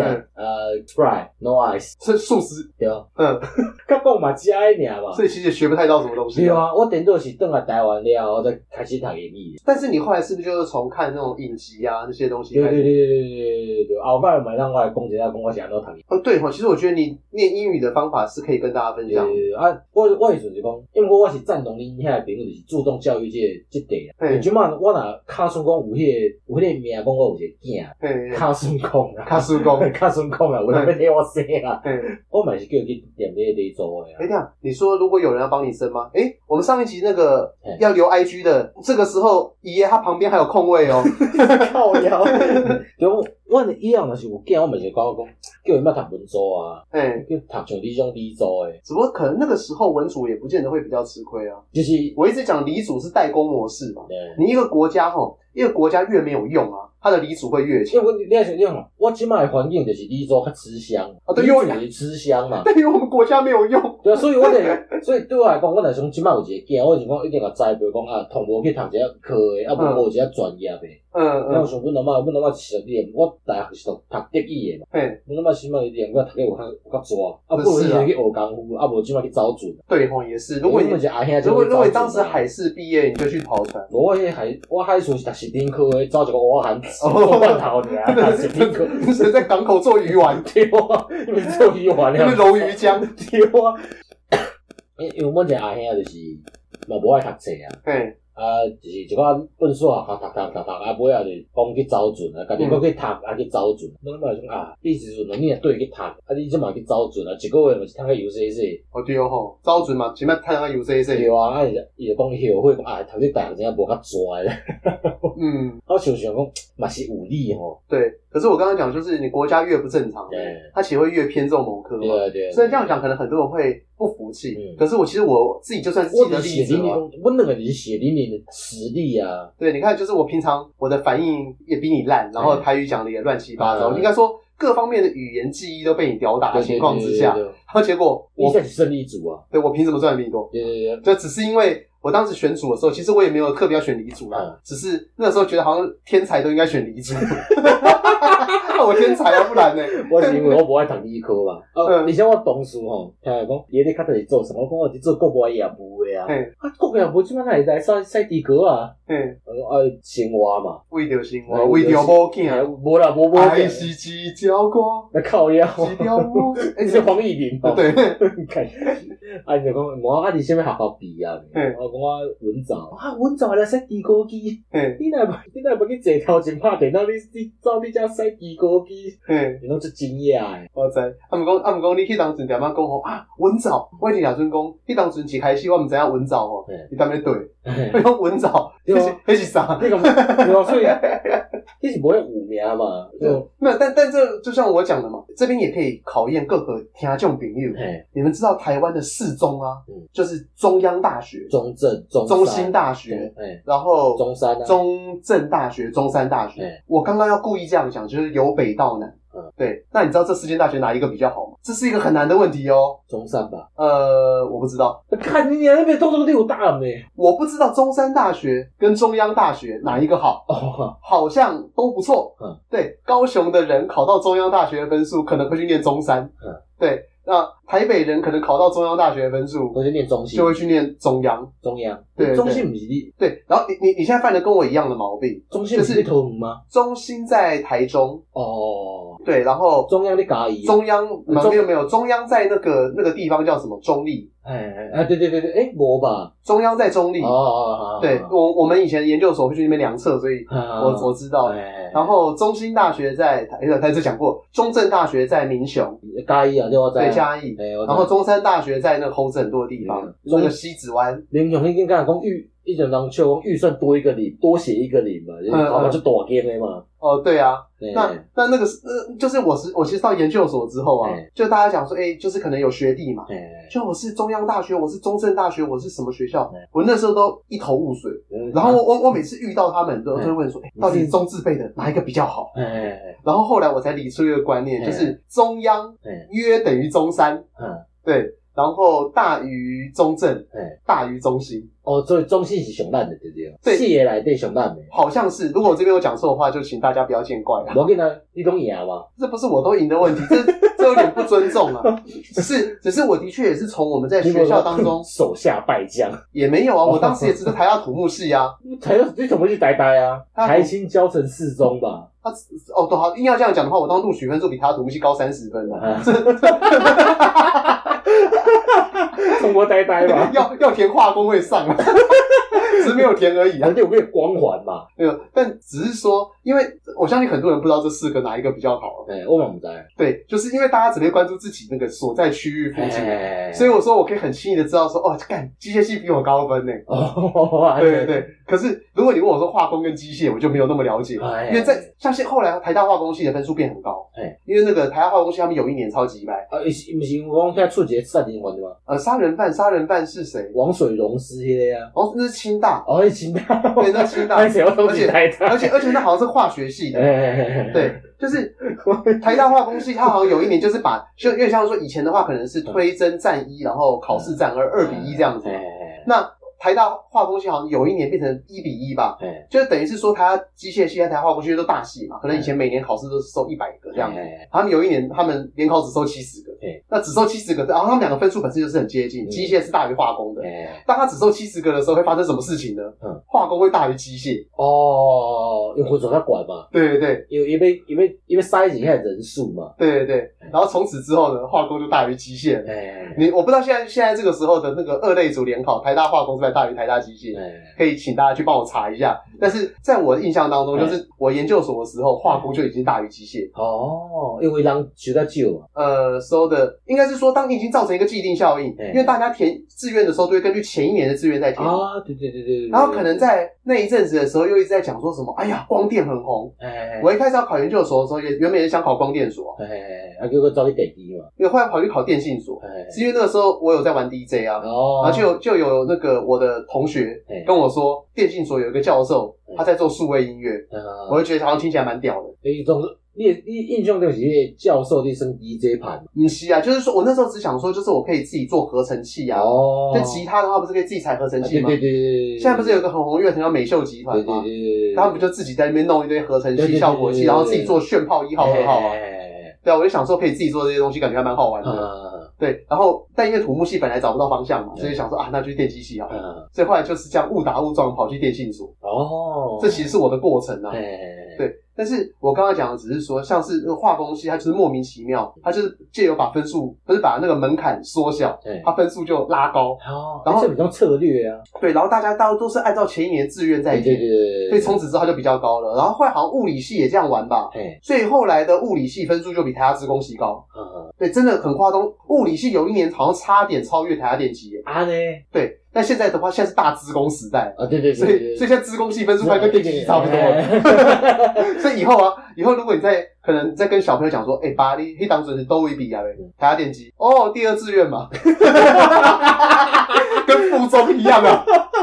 Mac、Sprite、No Ice。 是素食。 对。较讲嘛食诶尔嘛。 所以其实也学不太到什么东西。 对啊，我顶多是转来台湾了，我再开始读英语。 但是你后来是不是就是从看那种影集啊那些东西？ 对。后摆嘛让我来讲一下，讲我是安怎读。 对其实我觉得你念英语的方法是可以跟大家分享。 我意思是讲，因为我是赞同恁遐朋友就是注重教育这块啊。即摆我若卡顺讲有迄个名讲我有一个囝，卡顺讲啊，卡顺讲啊，有人要替我生啊。我嘛是叫去念这个地做的啊。 这样你说如果有人要帮你生吗？我们上一集那个要留 IG 的，这个时候爷爷他旁边还有空位哦。 靠腰。就我以后若是有囝，我嘛是讲叫伊莫读文组啊，叫读像你种理组诶。 只不过可能那个时候文组也不见得会比较吃亏啊。就是我一直讲理组是代工模式嘛，你一个国家越没有用啊，它的理组会越强。 因为你要想这样嘛，我即摆的环境就是理组较吃香， 对， 因为吃香嘛。 对于我们国家没有用。 对啊，所以对我来讲，我若想即摆有一个囝，我是讲一定甲栽培讲啊，同无去读一下科诶，无有一下专业诶。我想阮阿嬷是实力，我大学是读德语诶嘛。阮阿嬷起码一点，我读个有较抓，不如你去学功夫，无即摆去找准。 对也是。如果你当时海事毕业，你就去跑船。 我海事是读食品科诶，找一个我喊罐头尔，食品科。 是在港口做鱼丸。 对啊，因为做鱼丸了。 因为揉鱼浆。 对啊。因为阮一个阿兄就是嘛无爱读册啊。就是一个笨耍读，尾啊就是讲去找准啊，家己搁去读去找准。我嘛想你时阵你若对去读，你即嘛去找准啊，一个月嘛是趁个 UCC。 对吼，找准嘛，起码趁个 UCC。 对啊，伊就讲后悔讲读去大学真正无较拽咧。我想讲嘛是有理吼。 对，可是我刚刚讲就是你国家越不正常，它其实会越偏重某科嘛。 对。 虽然这样讲，可能很多人会不服气，可是其实我自己就算是记得例子嘛， 我两个是血淋淋的实力啊。 对，你看，就是我平常我的反应也比你烂，然后台语讲的也乱七八糟，应该说各方面的语言记忆都被你吊打的情况之下，然后结果我是胜利组啊。 对，我凭什么赚比你多？对，就只是因为我当时选组的时候，其实我也没有特别要选理组啦，只是那时候觉得好像天才都应该选理组。我天才啊，不然呢？ 我是因为我无爱读理科嘛。而且我同事吼，听讲伊咧较早是做啥？我讲我是做国外业务的啊。国外业务即摆哪会使赛地壳啊？生活嘛， 为着生活，为着某囝， 无啦，无爱是一条歌， 那靠腰， 一条舞， 是黄义玲哦。 对， 你就讲，无你啥物学校毕业？我讲我文藻文藻来赛地壳机。你若要去坐头前拍电脑，你走你遮赛地壳机，你拢足惊讶诶。 我知，毋讲你迄当阵点仔讲吼文藻，我一直遐阵讲，迄当阵一开始我毋知影文藻吼，你踮咧对，我讲文藻，迄是啥？ 对啊，所以迄是无咧有名嘛。 没有，但这就像我讲的嘛，这边也可以考验各个听众朋友。你们知道台湾的世宗啊，就是中央大学， 中正、 中兴大学，然后中山、 中正大学、中山大学。我刚刚要故意这样讲，就是由北到南。对，那你知道这4间大学哪一个比较好吗？这是一个很难的问题哦。 中山吧？ 我不知道。 看你那边都这么溜大呢。 我不知道中山大学跟中央大学哪一个好，好像都不错。对，高雄的人考到中央大学的分数可能会去念中山。对。那台北人可能考到中央大学的分数， 会去念中兴， 就会去念中央。对， 中兴不是你对。然后你现在犯的跟我一样的毛病， 中兴是头颅吗？ 中兴在台中。对，然后中央在嘉义。 中央没有，中央在那个地方叫什么？中立。 对，没吧？ 中央在中立。对，我们以前研究所会去那边量测，所以我知道。然后中兴大学在台这讲过，中正大学在民雄。 嘉义啊， 对，嘉义。然后中山大学在那个猴子很多的地方，那个西子湾。 民雄已经讲一整张就预算多一个零，多写一个零嘛，他们就大间的嘛。 对啊。那个就是我其实到研究所之后啊，就大家讲说，就是可能有学弟嘛，就我是中央大学，我是中正大学，我是什么学校，我那时候都一头雾水。然后我每次遇到他们都会问说，到底中字辈的哪一个比较好？然后后来我才理出一个观念，就是中央约等于中山。对。然后大于中正，大于中兴。 所以中兴是上烂的，对不对？对，四个内底上烂的。 好像是，如果我这边有讲错的话，就请大家不要见怪了。 我跟你都赢吗？ 这不是我都赢的问题，这有点不尊重啊。只是我的确也是从我们在学校当中手下败将， 也没有啊。我当时也只是台大土木系啊， 你怎么去呆啊？台清交成4中吧。 对，好，硬要这样讲的话，我当录取分数比台大土木系高30分啊。 中国呆吧， 要填化工会上啊，只是没有填而已啊。 有没有光环嘛？ 没有，但只是说，因为我相信很多人不知道这4个哪一个比较好。 我们不知道。对， 就是因为大家只会关注自己那个所在区域附近，所以我说我可以很轻易的知道说，机械系比我高分呢。对。可是如果你问我说化工跟机械，我就没有那么了解，因为像后来台大化工系的分数变很高，因为那个台大化工系他们有一年超级100。 不是我现在出一个杀人犯对吗？ 杀人犯是谁？ 王水溶是那个啊。 那是清大。 是清大。 对，那清大。而且那好像是化学系的。对，就是台大化工系，它好像有一年就是就有点像说以前的话，可能是推甄占1，然后考试占2，2:1这样子。那台大化工系好像有一年变成1:1吧，就是等于是说台大机械系和台大化工系都大系嘛，可能以前每年考试都是收100个这样子，他们有一年他们联考只收70个，那只收70个，然后他们2个分数本身就是很接近，机械是大于化工的，当他只收70个的时候会发生什么事情呢？化工会大于机械。 因为分数他管嘛。 对， 因为塞进去人数嘛。 对，然后从此之后呢，化工就大于机械。我不知道现在这个时候的那个2类组联考，台大化工是大于台大机械，可以请大家去帮我查一下。但是在我的印象当中，就是我研究所的时候，化工就已经大于机械。 因为人学到久嘛。 收的应该是说，当你已经造成一个既定效应，因为大家填志愿的时候都会根据前一年的志愿在填。对。然后可能在那一阵子的时候，又一直在讲说什么，光电很红。我一开始要考研究所的时候，原本也是想考光电所。 结果找你电机嘛。 因为后来跑去考电信所，是因为那个时候我有在玩 DJ 啊，然后就有那个我的同学跟我说，电信所有一个教授他在做数位音乐，我就觉得好像听起来蛮屌的。 你印象就是教授在升 DJ 盘？ 不是啊，就是说我那时候只想说，就是我可以自己做合成器啊。就吉他的话，不是可以自己踩合成器吗？对。现在不是有个很红乐团叫美秀集团吗？他们不就自己在那边弄一堆合成器、效果器，然后自己做炫炮1号、2号啊？对啊，我就想说可以自己做这些东西，感觉还蛮好玩的。对，然后但因为土木系本来找不到方向嘛，所以想说那就电机系好了。所以后来就是这样误打误撞跑去电信所。这其实是我的过程啊。对。但是我刚刚讲的只是说，像是那个化工系，它就是莫名其妙，它就是借由把分数，不是把那个门槛缩小，它分数就拉高。然后这比较策略啊。 对，然后大家都是按照前一年志愿在填，所以从此之后它就比较高了。然后后来好像物理系也这样玩吧，所以后来的物理系分数就比台大资工系高。对，真的很夸张，物理系有一年好像差点超越台大电机。对。但现在的话，现在是大资工时代对， 所以现在资工系分数快跟电机系差不多了。所以以后如果你可能在跟小朋友讲说，爸，你那当时是都会比啊，台大电机第2志愿嘛，跟附中一样啊。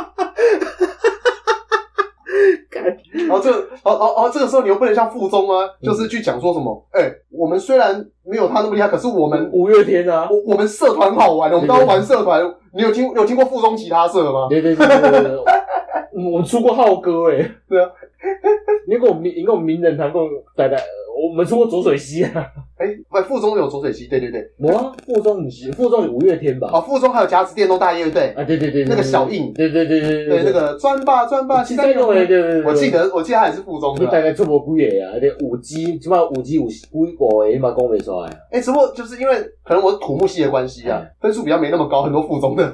这个时候你又不能像附中啊，就是去讲说什么，我们虽然没有他那么厉害，可是我们五月天啊， 我们社团好玩，我们都要玩社团。你有听过附中吉他社吗？ 对，我们出过浩哥对啊， 你跟我们名人堂跟我带，我们出过浊水溪啊。 附中有浊水溪，对。 没啊，附中不是，附中有五月天吧？ 附中还有甲子电动大乐队啊， 对， 那个小印， 对， 那个转吧， 其他用对， 我记得他也是附中的。 你大概出无几个啊？五 G 起码5 G 有几个你嘛讲袂出来啊？ 只不过就是因为可能我是土木系的关系啊，分数比较没那么高，很多附中的。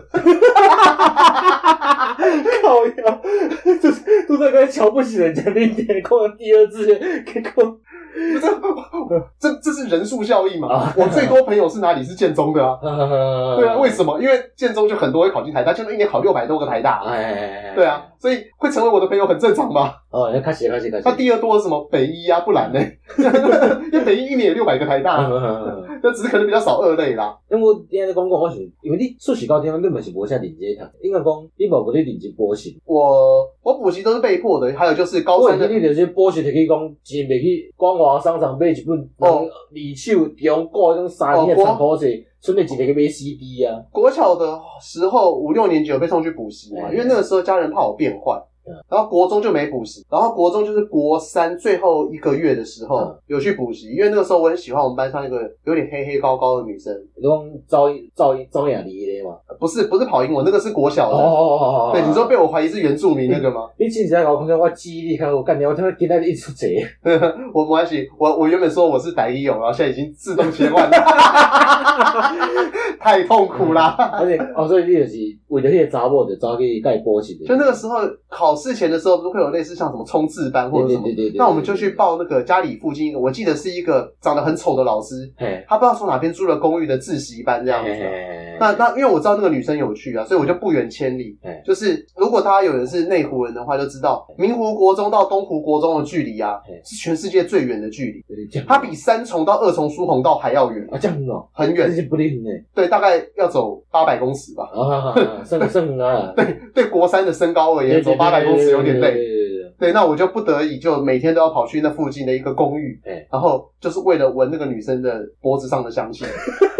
靠腰，都在跟瞧不起人家那点，考第二志愿，结果。 这是人数效应嘛？我最多朋友是哪里？是建中的啊。对啊，为什么？因为建中就很多会考进台大，建中一年考600多个台大。对啊，所以会成为我的朋友很正常吧？ 那开始。 他第二多是什么？北一啊，不然呢？因为北一年有600个台大，那只是可能比较少二类啦。 因为我今日讲我是因为你硕士高中你嘛是无啥认真读，应该讲你无咧认真补习。 我补习都是被迫的，还有就是高三的。 你就是补习就可以讲钱袂去光华商场买一本二手中古迄种3年的长考册，顺便一个去买 CD 啊。 国小的时候5、6年级有被送去补习嘛，因为那个时候家人怕我变坏。然后国中就没补习，然后国中就是国3最后1个月的时候有去补习，因为那个时候我很喜欢我们班上一个有点黑高高的女生。 你讲赵雅妮的吗？不是跑英文，那个是国小的。对，你说被我怀疑是原住民那个吗？ 你真是在搞空间，我记忆力看我干掉，我他妈今天一出贼。 我没关系，我原本说我是台一勇，然后现在已经自动切换了，太痛苦啦。 而且所以你就是为了那个查某就找去带补习的。 就那个时候考试前的时候，不是会有类似像什么冲刺班或者什么？对。那我们就去报那个家里附近一个，我记得是一个长得很丑的老师，他不知道从哪边租了公寓的自习班这样子。那因为我知道那个女生有去啊，所以我就不远千里。就是如果大家有人是内湖人的话，就知道明湖国中到东湖国中的距离啊，是全世界最远的距离。它比3重到2重疏洪道还要远啊，这样哦， 很远， 这是不灵诶。 对，大概要走800公尺吧。 剩啊。 对，国3的身高而言，走800公尺有点累。对，那我就不得已就每天都要跑去那附近的一个公寓，然后就是为了闻那个女生的脖子上的香气。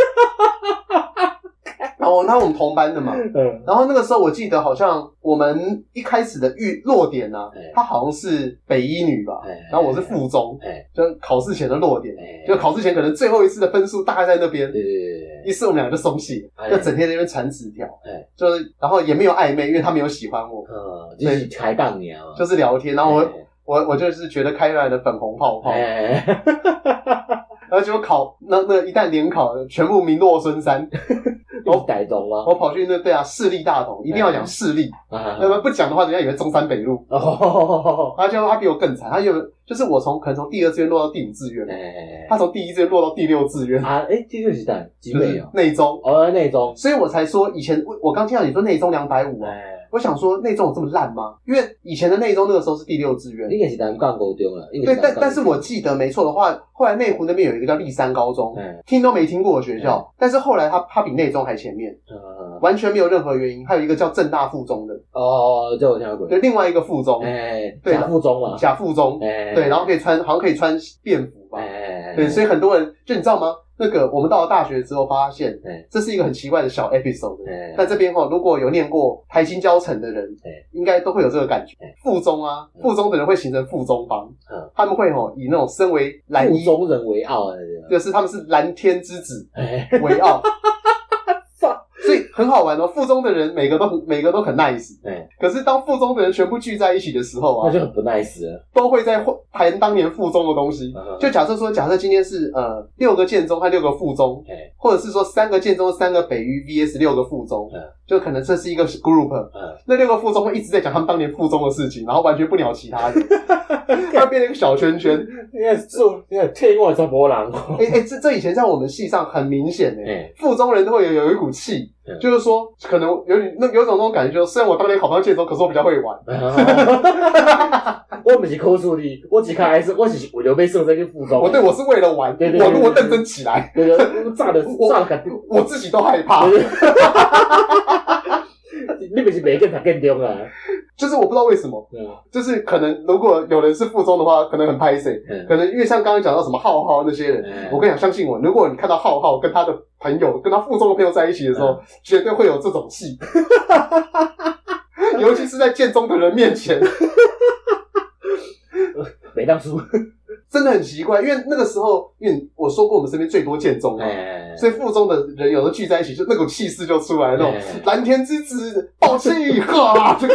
然后我们同班的嘛，然后那个时候我记得好像我们一开始的落点啊，她好像是北一女吧，然后我是附中，就考试前的落点，就考试前可能最后一次的分数大概在那边，于是我们两个就松懈，就整天在那边传纸条，就是然后也没有暧昧，因为他没有喜欢我， 就是开杠你啊， 就是聊天，然后我就是觉得开出来的粉红泡泡。然后结果考那一旦联考，全部名落孙山。 我改动吗？ 我跑去市立大同，一定要讲市立，要不然不讲的话，人家以为中山北路。他比我更惨，就是我可能从第2志愿落到第5志愿，他从第1志愿落到第6志愿啊！第6是哪？集美哦， 内中内中， 所以我才说以前我刚听到你说内中250啊。我想说内中有这么烂吗？因为以前的内中那个时候是第6志愿， 应该是南港高中了。 对，但是我记得没错的话，后来内湖那边有一个叫立山高中，听都没听过的学校，但是后来他比内中还前面，完全没有任何原因。还有一个叫政大附中的， 这我听过。 对，另外一个附中， 对，假附中嘛， 假附中，对，然后好像可以穿便服吧，对，所以很多人就你知道吗？我们到了大学之后发现，这是一个很奇怪的小 episode。但这边如果有念过台清交成的人，应该都会有这个感觉。附中啊，附中的人会形成附中帮，他们会以那种身为蓝衣附中人为傲， 就是他们是蓝天之子为傲。所以很好玩哦，附中的人每个都很 nice，可是当附中的人全部聚在一起的时候啊， 那就很不 nice 了， 都会在谈当年附中的东西。就假设今天是6个建中和6个附中，或者是说3个建中3个北一 vs 6个附中，就可能这是一个 group，那6个附中会一直在讲他们当年附中的事情，然后完全不鸟其他人，它变成一个小圈圈。 你看天外才波浪。 这以前在我们系上很明显附中人都会有一股气。就是说，可能有种那种感觉，就是虽然我当年考不上建中，可是我比较会玩。 我不是考数理，我只开 S， 我是为了被升上去附中。 我是为了玩，我认真起来。 对，炸的我自己都害怕。 你不是没跟他更中啊？ 就是我不知道为什么，就是可能如果有人是附中的话，可能很拍谁，可能因为像刚刚讲到什么浩浩那些人，我跟你讲，相信我，如果你看到浩浩跟他的朋友，跟他附中的朋友在一起的时候，绝对会有这种戏，尤其是在建中的人面前， 没当初。 真的很奇怪，因为那个时候，因为我说过我们身边最多建中嘛，所以附中的人有的聚在一起，就那种气势就出来，那种蓝天之子爆气哈，这个，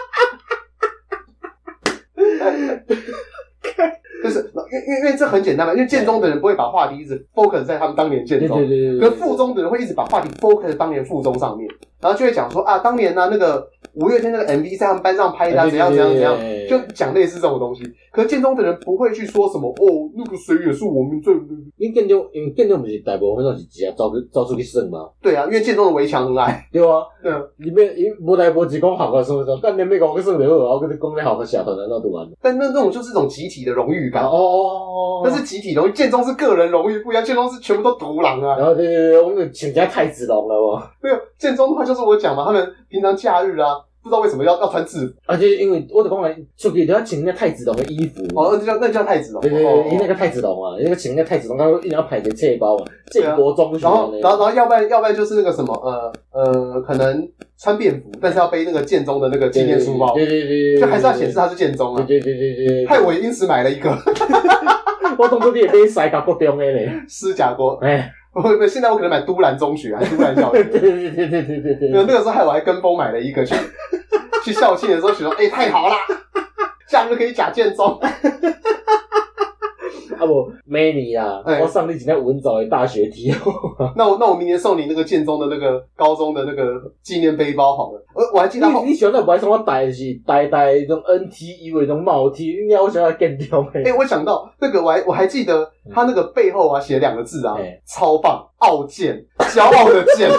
就是因为这很简单嘛，因为建中的人不会把话题一直 focus 在他们当年建中，对，可附中的人会一直把话题 focus 在当年附中上面，然后就会讲说啊，当年呢那个五月天那个 MV 在他们班上拍的，怎样怎样怎样，就讲类似这种东西。可是建中的人不会去说什么哦，那个谁也是我们最。 因为建中不是大部分都是直接走出去耍吗？ 对啊，因为建中的围墙很矮。 对啊，对啊，你无代无志讲学校说，干你要讲去耍就好，我跟你讲你学校社团难道读完？ 但那种就是一种集体的荣誉感。哦，那是集体荣誉，建中是个人荣誉不一样，建中是全部都独狼啊。 然后对，我们请家太子龙了哦。 没有，建中的话就是我讲嘛，他们平常假日啊。不知道为什么要穿制服， 而且因为我就讲来出去都要请那个太子龙的衣服。 哦，那叫太子龙。 对，那个太子龙啊，那个请那个太子龙，他一定要排个册包嘛，建国中学。 然后要不然就是那个什么可能穿便服，但是要背那个建中的那个纪念书包。对，就还是要显示他是建中啊。对。害我也因此买了一个。 我当初你也买西甲国中的嘞， 师甲国。现在我可能买都兰中学还是都兰小学。对。那个时候害我还跟风买了一个去校庆的时候，觉得太好啦，这样就可以假建中。 啊不，每年啊，我送你一个文藻的大学 T。 那我明年送你那个建中的那个高中的那个纪念背包好了。我还记得你喜欢那不爱送我带是带那种 NTU 的那种帽 T， 应该我想要建中的。 我想到那个我还记得他那个背后啊写2个字啊，超棒，傲健，骄傲的健。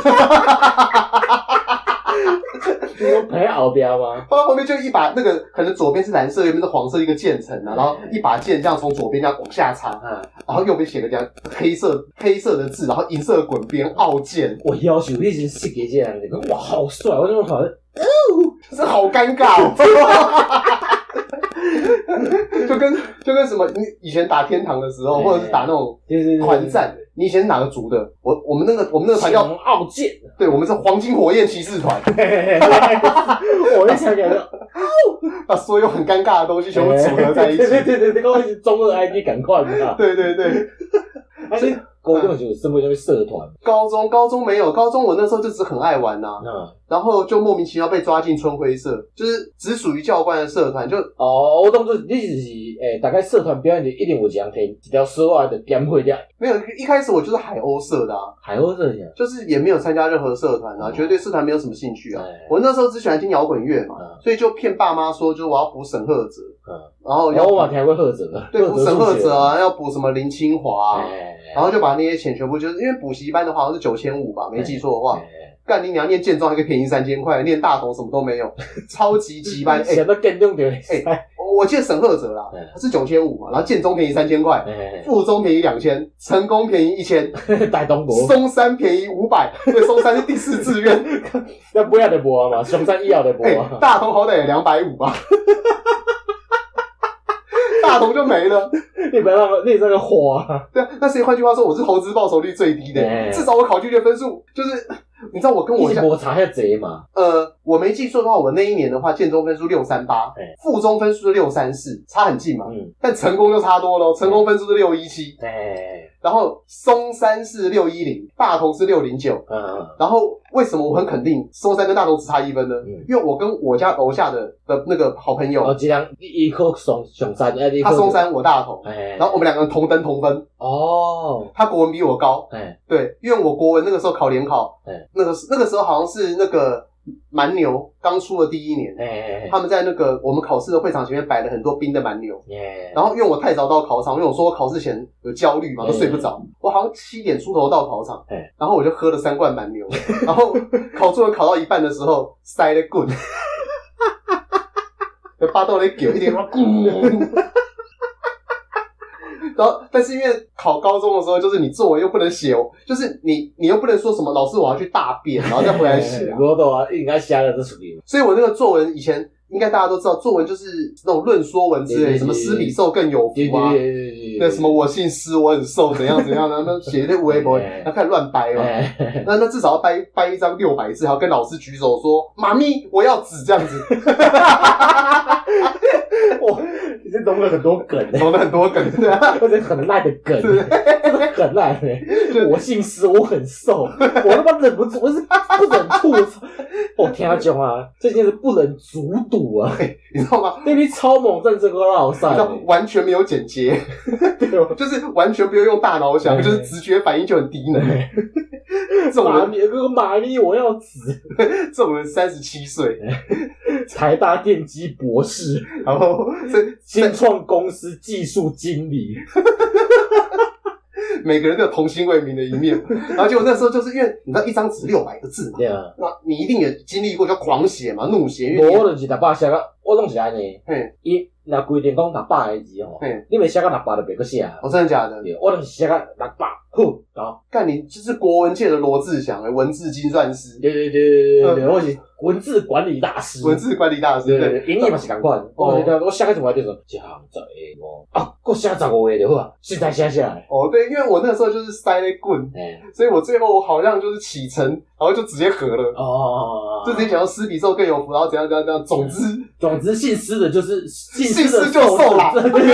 你有陪后边吗？ 后面就一把那个，可能左边是蓝色，右边是黄色一个渐层啊，然后一把剑这样从左边这样往下插，然后右边写个这样黑色的字，然后银色滚边傲剑。 我要求你是设计这样的，哇，好帅！我就好像， 这好尴尬哦。就跟什么，你以前打天堂的时候，或者是打那种团战，你以前是哪个族的？我们那个团叫傲剑， 对，我们是黄金火焰骑士团。 我一想起来， 把所有很尴尬的东西全部组合在一起。 对，刚开始中二 ID 赶快嘛。 对。 所以高中有什么叫社团？ 高中没有，高中我那时候就只很爱玩呐，然后就莫名其妙被抓进春晖社，就是只属于教官的社团，就我当作你就是大概社团表演就一定有一样可以一条丝袜的点会掉。 没有，一开始我就是海鸥社的啊， 海鸥社的， 就是也没有参加任何社团啊，绝对社团没有什么兴趣啊。我那时候只喜欢听摇滚乐嘛，所以就骗爸妈说，就是我要补沈赫哲，然后我嘛听过赫哲的， 对，补沈赫哲啊，要补什么林清华，然后就把那些钱全部就是因为补习班的话好像是9500吧，没记错的话。干你娘！念建中还可以便宜3000块，念大同什么都没有，超级鸡班。 想到建中点我记得沈赫哲啦，他是9500嘛，然后建中便宜3000块，附中便宜2000，成功便宜1000， 大东国松山便宜500，对，松山是第4志愿， 那不要的播嘛，松山要的播啊， 大同好歹也250吧。大同就没了， 你这个花。 对啊，那所以换句话说，我是投资报酬率最低的，至少我考据的分数就是，你知道我跟我摩擦下贼嘛？ 我没记错的话，我那一年的话，建中分数638，附中分数是634，差很近嘛。但成功就差多了，成功分数是617，然后松山是610，大同是609。然后为什么我很肯定松山跟大同只差1分呢？因为我跟我家楼下的那个好朋友， 这样一科上山， 他松山我大同，然后我们2个人同登同分。他国文比我高，对，因为我国文那个时候考联考，那个时候好像是那个蛮牛刚出的第1年，他们在那个我们考试的会场前面摆了很多冰的蛮牛，然后因为我太早到考场，因为我说我考试前有焦虑嘛，都睡不着，我好像7点出头到考场，然后我就喝了3罐蛮牛，然后考作文考到一半的时候塞了棍，巴豆咧叫一点然后，但是因为考高中的时候，就是你作文又不能写，就是你又不能说什么老师我要去大便，然后再回来写。 我都应该写了这属于。 所以我那个作文以前应该大家都知道，作文就是那种论说文之类，什么施比受更有福啊，对，什么我姓施我很瘦怎样怎样的，那写一堆微博，他开始乱掰嘛，那至少要掰一张600字，还要跟老师举手说妈咪我要纸这样子。 哇，你是懂了很多梗， 懂了很多梗，对啊， 或者很烂的梗，真的很烂我姓施，我很瘦，我他妈忍不住，我是不忍吐槽。我听他讲啊，这件事不忍卒睹啊， 你知道吗？ 那边超猛战争高老赛， 完全没有剪接，就是完全不用用大脑想，就是直觉反应就很低能。这种人， 妈咪，我要纸。 这种人37岁， 台大电机博士， 然后新创公司技术经理。 每个人都有童心未泯的一面，然后结果那时候就是因为你知道一张纸600个字嘛，对啊，那你一定也经历过叫狂写嘛，怒写。 我就是600写到，我拢是安尼，伊若规定讲600个字吼，你袂写到600就别个写。 哦，真的假的？ 我就是写到600，好，搞。 干你就是国文界的罗志祥文字精算师。 对，我是文字管理大师。 文字管理大师，对， 英语嘛是同款。我写到什么地方？1行10个哦，啊，搁写15个就好啊，现在写下来。 哦，对，因为我那时候就是塞那棍，所以我最后好像就是启程，然后就直接合了。哦，就直接讲到施比受更有福，然后怎样。总之姓施的就是姓施就瘦啦。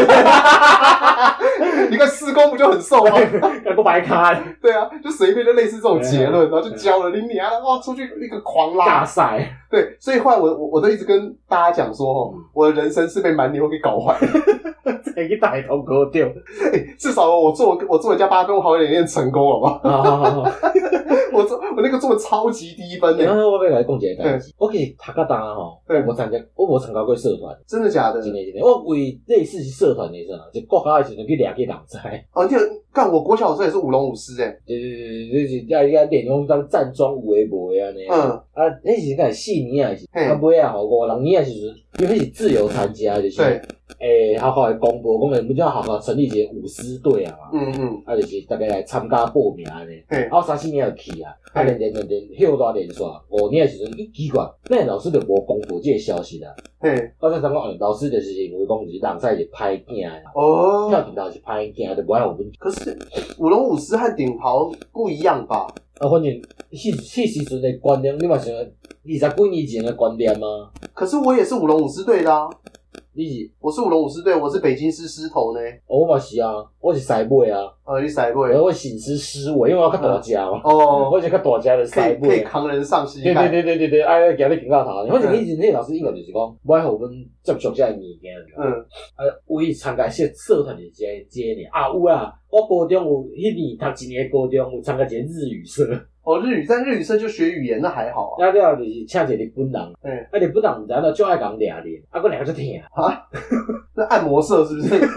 你看施工不就很瘦吗？ 不白开。 对啊，就随便就类似这种结论，然后就教了你啊，哇，出去一个狂拉大赛。 对，所以后来我都一直跟大家讲说，我的人生是被蛮牛给搞坏。 这个大头哥丢， 至少我做人家8分，我好一点成功，好不好？我那个做的超级低分然后我要来讲一个代志，我去读到大吼，我无参加过社团， 真的假的？ 真的，我为类似是社团的时候，就国家的时候去掠去人才。 哦，你干我国小的时候也是舞龙舞狮就是要练用当站桩有诶无诶安尼。迄时阵4年诶时，尾啊吼5、6年诶时阵，因为迄是自由参加，就是学校会公布，讲们要学校成立一个舞狮队啊嘛。就是大家来参加报名安尼。我3、4年就去啊，练休大练煞，5年诶时阵，奇怪，咱老师就无公布这个消息啦。我才知讲，老师就是因为讲是人赛是歹囝啦，跳顶头是歹囝，就无爱有问题。 可是舞龙舞狮和顶袍不一样吧？ 反正迄时阵的观念，你嘛想20几年前的观念吗？ 可是我也是舞龙舞狮队的啊。我是舞龙舞狮队，我是北京狮狮头呢。 我嘛是啊，我是狮尾啊。 你狮尾， 我醒狮狮尾，因为我较大只嘛。我是较大只的狮尾， 可以扛人上膝盖。 对，哎，行你顶到头。反正以前迄老师应该就是讲，我要互阮接触这物件。为参加社团是这呢。啊有啊，我高中有迄年读1年高中有参加一个日语社。 在日语社就学语言，那还好啊。了就是请一个日本人，日本人毋知影就爱讲掠咧，佫掠就疼啊。那按摩社是不是？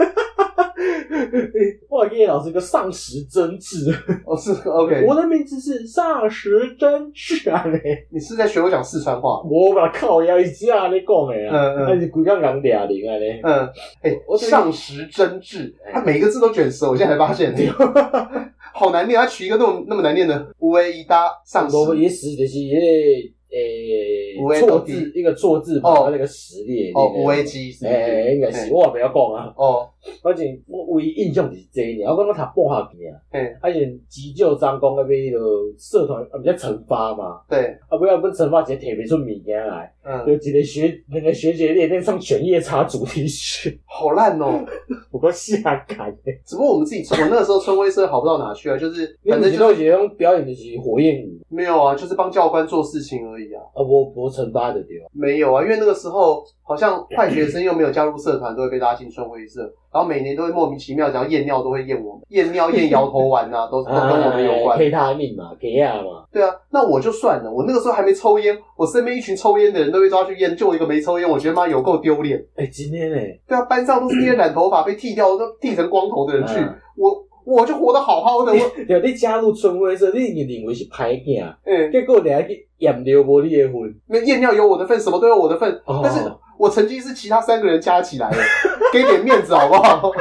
我给老师一个丧时真治。 是 OK。 我的名字是丧时真治啊嘞。 你是在学我讲四川话？ 我把靠腰一下你讲的啊。但是规个人掠咧啊嘞。 丧时真治，他每个字都卷舌，我现在才发现。好难念，他取一个那么难念的无为一搭上时， 也是就是错字一个错字把那个实列无为机应该是我也不要讲啊。反正我唯一印象就是这一年，我刚刚读半学期啊，而且急救张讲那边的社团比较惩罚嘛， 对， 不要惩罚直接摕不出物件来，就一个学姐练上犬夜叉主题曲， 好烂哦， 不过下感只不过我们自己我那个时候春晖社好不到哪去啊，就是反正就是有种表演的是火焰舞， 没有啊，就是帮教官做事情而已啊， 我惩罚的对吧？ 没有啊，因为那个时候好像坏学生又没有加入社团，都会被拉进春晖社。然后每年都会莫名其妙，只要验尿都会验我们，验尿验摇头丸啊，都跟我们有关。 K 他命嘛 ，K 啊嘛。 对啊，那我就算了，我那个时候还没抽烟，我身边一群抽烟的人都被抓去验，就我一个没抽烟，我觉得妈有够丢脸。 今天对啊，班上都是那些染头发被剃掉、都剃成光头的人去，我就活得好好的。 对，你加入春晖社，你认为是歹囝，结果你还去验尿无你的份， 那验尿有我的份，什么都有我的份，但是我成绩是其他3个人加起来的，给点面子好不好？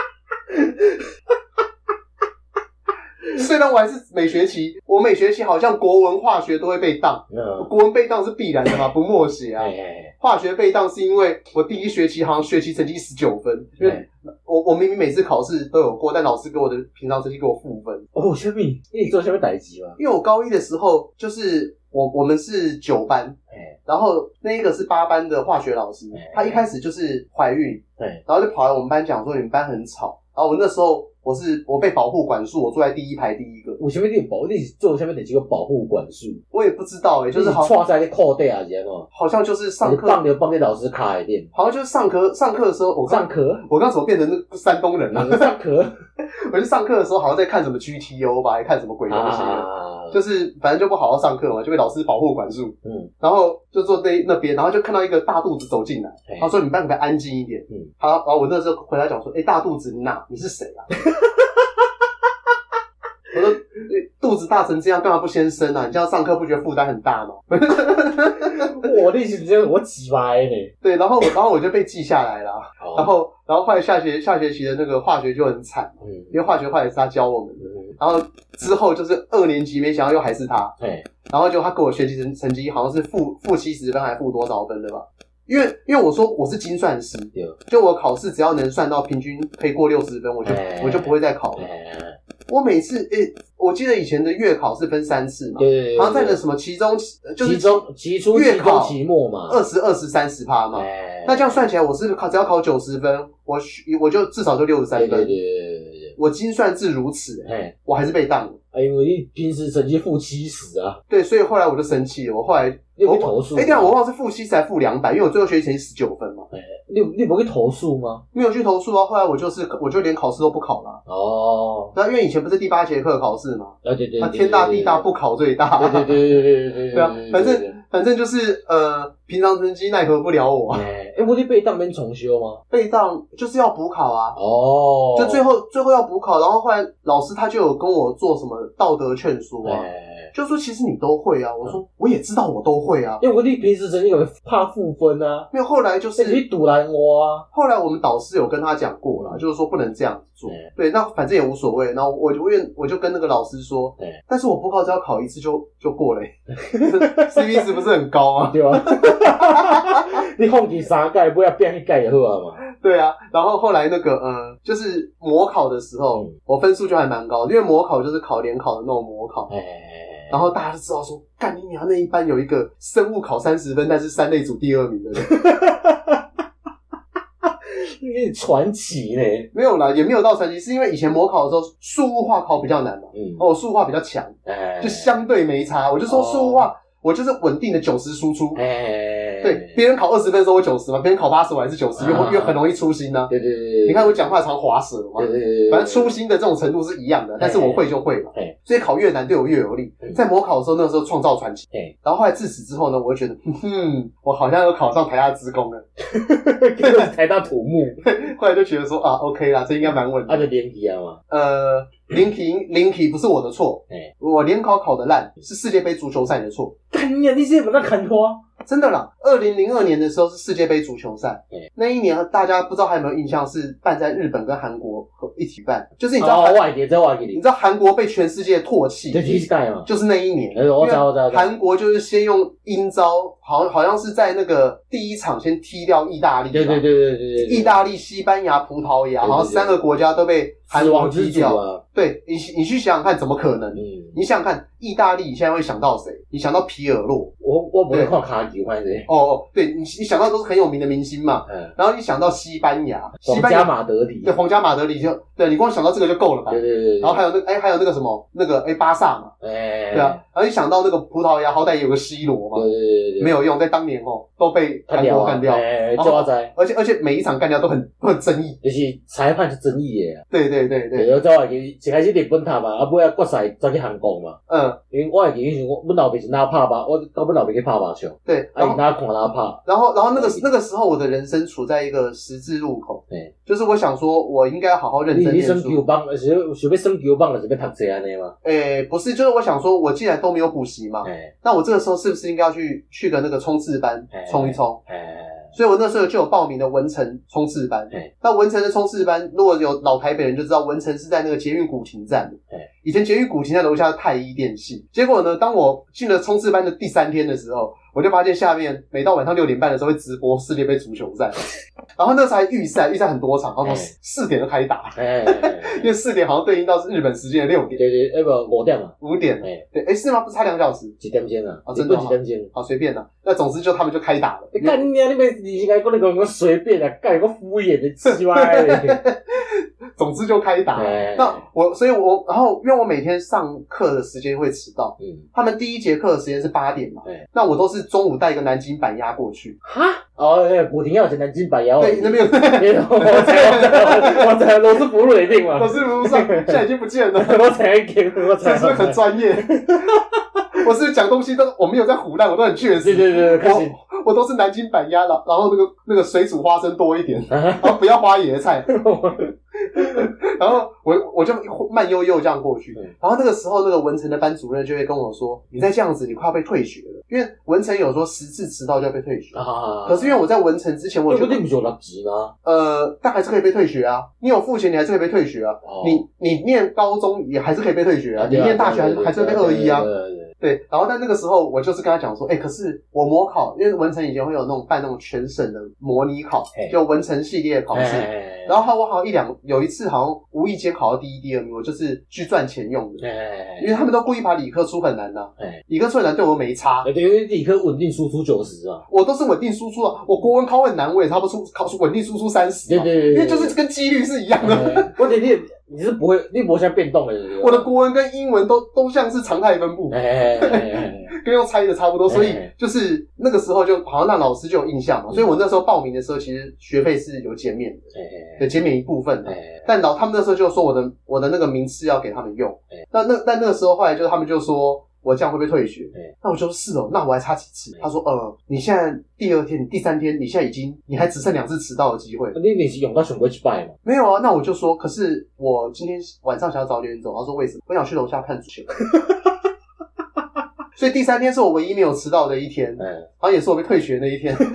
虽然我还是每学期，我每学期好像国文、化学都会被当，国文被当是必然的嘛，不默写啊。 化学被当是因为我第一学期好像学期成绩19分，因为我明明每次考试都有过，但老师给我的平常成绩给我负分。 哦，什么？你做什么代志嘛？ 因为我高一的时候就是我们是9班，然后那一个是8班的化学老师，他一开始就是怀孕，然后就跑来我们班讲说你们班很吵，然后我那时候我被保护管束，我坐在第一排第一个。 为什么你是做什么几个保护管束？ 我也不知道就是好像在你裤底啊，是安怎？ 好像就是上课帮你老师卡一点， 好像就是上课的时候，我刚怎么变成那个山东人了？ 上课， 我就上课的时候好像在看什么 GTO 吧，还看什么鬼东西就是反正就不好好上课嘛，就被老师保护管束。然后就坐那边，然后就看到一个大肚子走进来，他说：“你们班可不可以安静一点？”好，然后我那时候回来讲说：“大肚子你是谁啊？”我说肚子大成这样，干嘛不先生啊？你这样上课不觉得负担很大吗？ 我的意思就是我几歪呢？ 对，然后我就被记下来了。然后后来下学期的那个化学就很惨，因为化学后来是他教我们的。然后之后就是2年级，没想到又还是他。然后就他给我学习成绩好像是负70分还负多少分的吧？因为我说我是精算师，就我考试只要能算到平均可以过60分，我就不会再考了。我每次我记得以前的月考是分3次嘛， 对， 好像在那什么期中就是期初、 月考、 期末嘛 ，20、30% 嘛。那这样算起来，我是只要考90分，我就至少就63分。对。我精算至如此，我还是被当了。 因为你平时成绩负70啊。 对，所以后来我就生气了。我后来你有去投诉？ 这样我忘了是负70还是负200，因为我最后学习成绩19分嘛。 你不去投诉吗？ 没有去投诉啊。后来我就连考试都不考了。那因为以前不是第8节课考试嘛。对。天大地大，不考最大。对。对啊，反正就是平常成绩奈何不了我。 我的被当免重修吗？ 被当就是要补考啊。就最后要补考，然后后来老师他就有跟我做什么道德劝说啊。就说其实你都会啊，我说我也知道我都会啊， 因为我你平时成绩有怕负分啊， 没有后来就是你堵拦我啊。 后来我们导师有跟他讲过啦，就是说不能这样子做。对，那反正也无所谓。然后我就跟那个老师说，但是我补考只要考1次就过了，CP 值不是很高吗？ 对啊，你放弃3届，不要变1届就好了嘛。 对啊，然后后来那个就是模考的时候，我分数就还蛮高的，因为模考就是考联考的那种模考。然后大家就知道说，干你娘那一班有一个生物考30分，但是3类组第2名的人。 有点传奇呢。 没有啦，也没有到传奇，是因为以前模考的时候，数物化考比较难嘛。数物化比较强，就相对没差。我就说数物化，我就是稳定的90输出。对，别人考20分的时候我90嘛，别人考80我还是90，因为很容易粗心啊。对。你看我讲话常滑舌嘛，反正粗心的这种程度是一样的，但是我会就会嘛。所以考越难对我越有利。在模考的时候，那个时候创造传奇。然后后来自此之后呢，我就觉得，我好像有考上台大资工了， 台大土木。 后来就觉得说OK 啦，这应该蛮稳的。 就联题啊嘛。 零题不是我的错，我联考的烂是世界杯足球赛的错。 干你啊！你这把那砍拖。 真的啦，2002年的时候是世界杯足球赛，那一年大家不知道还有没有印象，是办在日本跟韩国一起办，就是你知道你知道韩国被全世界唾弃，就是那一年， 我知道。 韩国就是先用阴招，好像是在那个第一场先踢掉意大利，对，意大利、西班牙、葡萄牙，好像3个国家都被韩国踢掉。对，你去想想看，怎么可能？你想想看，意大利你现在会想到谁？你想到皮尔洛。 我不会看卡迪，反正对，你想到都是很有名的明星嘛。然后你想到西班牙， 皇家马德里， 对，皇家马德里对，你光想到这个就够了吧？对。然后还有那个什么巴萨嘛，对啊。然后你想到那个葡萄牙，好歹也有个 C 罗嘛，对，没有用，在当年都被韩国干掉。而且每一场干掉都很争议， 就是裁判是争议的。 对。 然后再来一开始日本塔嘛，尾仔决赛转去韩国嘛。因为我会记得阮老爸是哪拍吧，我到阮老爸去拍麻将。对，伊哪看哪拍。然后那个时候我的人生处在一个十字路口。就是我想说，我应该好好认真念书。你升球棒，是要升球棒，还是要读册安尼吗？不是，就是我想说，我既然都没有补习嘛，那我这个时候是不是应该要去个那个冲刺班冲一冲？ 所以我那时候就有报名的文成冲刺班。那文成的冲刺班，如果有老台北人就知道，文成是在那个捷运古亭站。以前捷运古亭站楼下的太一电信。结果呢，当我进了冲刺班的第3天的时候，我就发现下面每到晚上6点半的时候会直播世界杯足球赛，然后那时候还预赛很多场，然后4点就开打，因为4点好像对应到是日本时间的6点。 对，不5点嘛 ，5点。对，是吗？不是差2小时 ？1点钟啊？ 真的 1点钟。 好，随便啦。那总之就他们就开打了。 干你啊！你别你应该跟我随便啊，干个敷衍的鸡歪。 总之就开打。所以我然后因为我每天上课的时间会迟到，他们第1节课的时间是8点嘛，那我都是中午带一个南京板鸭过去。 哈？古亭要有南京板鸭。 对，那边有。 我才罗斯福路一定嘛。 罗斯福路上现在已经不见了。 我才给，我才。 是不是很专业？我是讲东西我没有在唬烂，我都很确实。 对， 我都是南京板鸭，然后那个水煮花生多一点，然后不要花椰菜。然后我就慢悠悠这样过去，然后那个时候那个文成的班主任就会跟我说：“你再这样子，你快要被退学了。”因为文成有说10次迟到就要被退学。可是因为我在文成之前，我就你不是有6级吗？ 但还是可以被退学啊。你有付钱，你还是可以被退学啊。你念高中也还是可以被退学啊。你念大学还是会被21啊。对，然后在那个时候，我就是跟他讲说，可是我模考，因为文成以前会有那种办那种全省的模拟考，就文成系列的考试。然后我好像有一次好像无意间考到第1、第2名，我就是去赚钱用的。因为他们都故意把理科出很难啊，理科出很难对我没差。 因为理科稳定输出90嘛， 我都是稳定输出啊。我国文考很难，我也差不多考出稳定输出30嘛。对，因为就是跟几率是一样的。 问题你是不会，你不会像变动的。 我的国文跟英文都像是常态分布，跟用猜的差不多，所以就是那个时候就好像那老师就有印象嘛，所以我那时候报名的时候，其实学费是有减免的，对，减免一部分的。但他们那时候就说我的那个名次要给他们用，但那个时候后来就是他们就说我这样会被退学，那我就说是哦，那我还差几次？他说你现在第2天、你第3天，你现在你还只剩2次迟到的机会。 你是用到全部去拜吗？ 没有啊，那我就说，可是我今天晚上想要早点走。他说为什么？我想去楼下看足球。所以第3天是我唯一没有迟到的一天，然后也是我被退学的一天。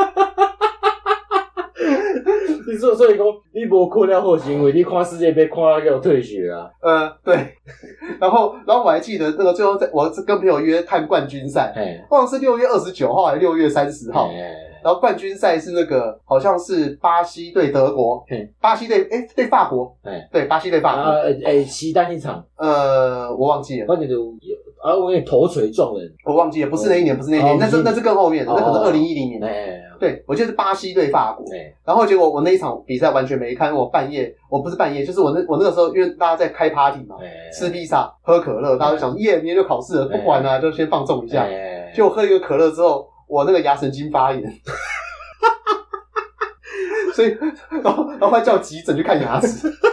你所以说你无困了好，是因为你看世界杯看到要退学啊。 对。然后我还记得那个最后我跟朋友约看冠军赛，好像是6月29号还是6月30号。然后冠军赛是那个好像是巴西对德国，巴西对法国，对，巴西对法国。 西单一场， 我忘记了。 反正就我有点头锤撞人， 我忘记了，不是那一年，那是更后面的，那可能2010年。对，我记得是巴西对法国。然后结果我那一场比赛完全没看，因为我不是半夜，就是我那个时候，因为大家在开 party 嘛，吃披萨、喝可乐，大家就想明天就考试了，不管啊，就先放纵一下。结果喝一个可乐之后，我那个牙神经发炎。所以，然后还叫急诊去看牙齿。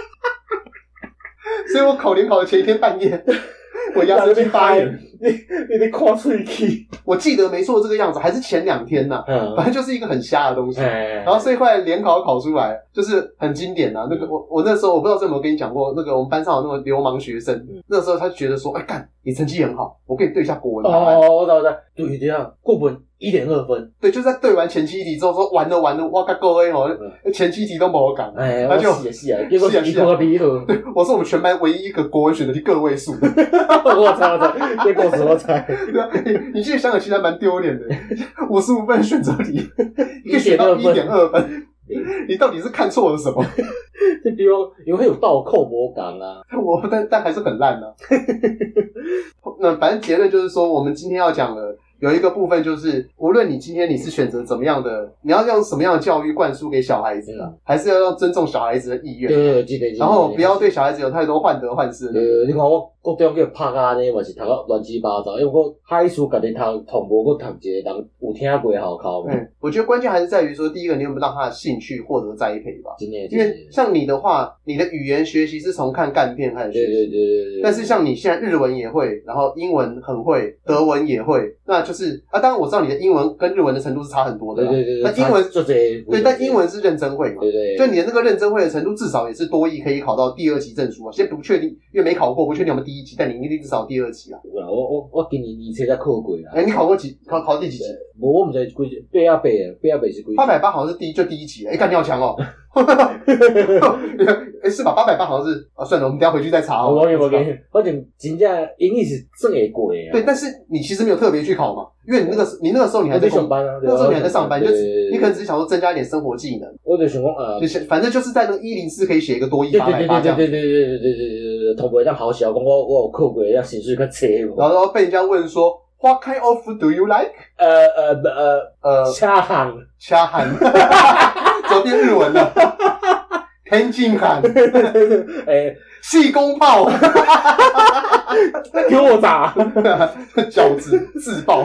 所以我联考的前一天半夜，我牙神经发炎。 你得看喙齿。 我记得没错这个样子，还是前2天呐。反正就是一个很瞎的东西。然后所以后来联考考出来，就是很经典啊。那个我那时候我不知道有没有跟你讲过，那个我们班上有那个流氓学生，那时候他觉得说，干，你成绩很好，我跟你对一下国文答案。 我知道，对这样国文1.2分。 对，就在对完前7题之后说完了，我靠各位前7题都没有讲。 他就是啊，结果是一科比好。 对，我是我们全班唯一一个国文选择题个位数的。 我猜，结果是我猜。 对啊，你现在想想其实还蛮丢脸的，55分选择题，你可以选到1.2分，你到底是看错了什么？ 这比如因为有倒扣模感啊， 但还是很烂啊。那反正结论就是说，我们今天要讲的有一个部分就是，无论你今天你是选择怎么样的，你要用什么样的教育灌输给小孩子啊，还是要尊重小孩子的意愿。 对，记得。 然后不要对小孩子有太多患得患失。 你看我国中叫拍啊呢，嘛是读到乱七八糟，因为我海事家己读，同无我读一个人有听过好考。 我觉得关键还是在于说，第一个你有没有让他的兴趣获得栽培吧。因为像你的话，你的语言学习是从看干片开始学习。对。但是像你现在日文也会，然后英文很会，德文也会，那就是当然我知道你的英文跟日文的程度是差很多的， 对， 那英文就对， 但英文是认真会嘛， 对， 就你的那个认真会的程度至少也是多益可以考到第2级证书嘛，先不确定，因为没考过，不确定有没有第1级，但你一定至少第2级啊。 我今年年初才考过啦。 你考过考第几级？ 我不知道几800是几 ？880好像是第1级，干你好强哦。是吧？880好像是算了，我们等一下回去再查哦。 我反正真正英语是算会过的啊。 对，但是你其实没有特别去考嘛，因为你那个时候你还在上班啊， 那时候你还在上班，你可能只是想说增加一点生活技能。 我就想讲就是反正就是在那个104可以写一个多益880这样。 对，同不会让好笑，讲我有考过，让薪水较济。 然后被人家问说 ，What kind of food do you like？ 恰汉， 怎么变日文了？天津汉，气功炮， 给我砸， 饺子自爆。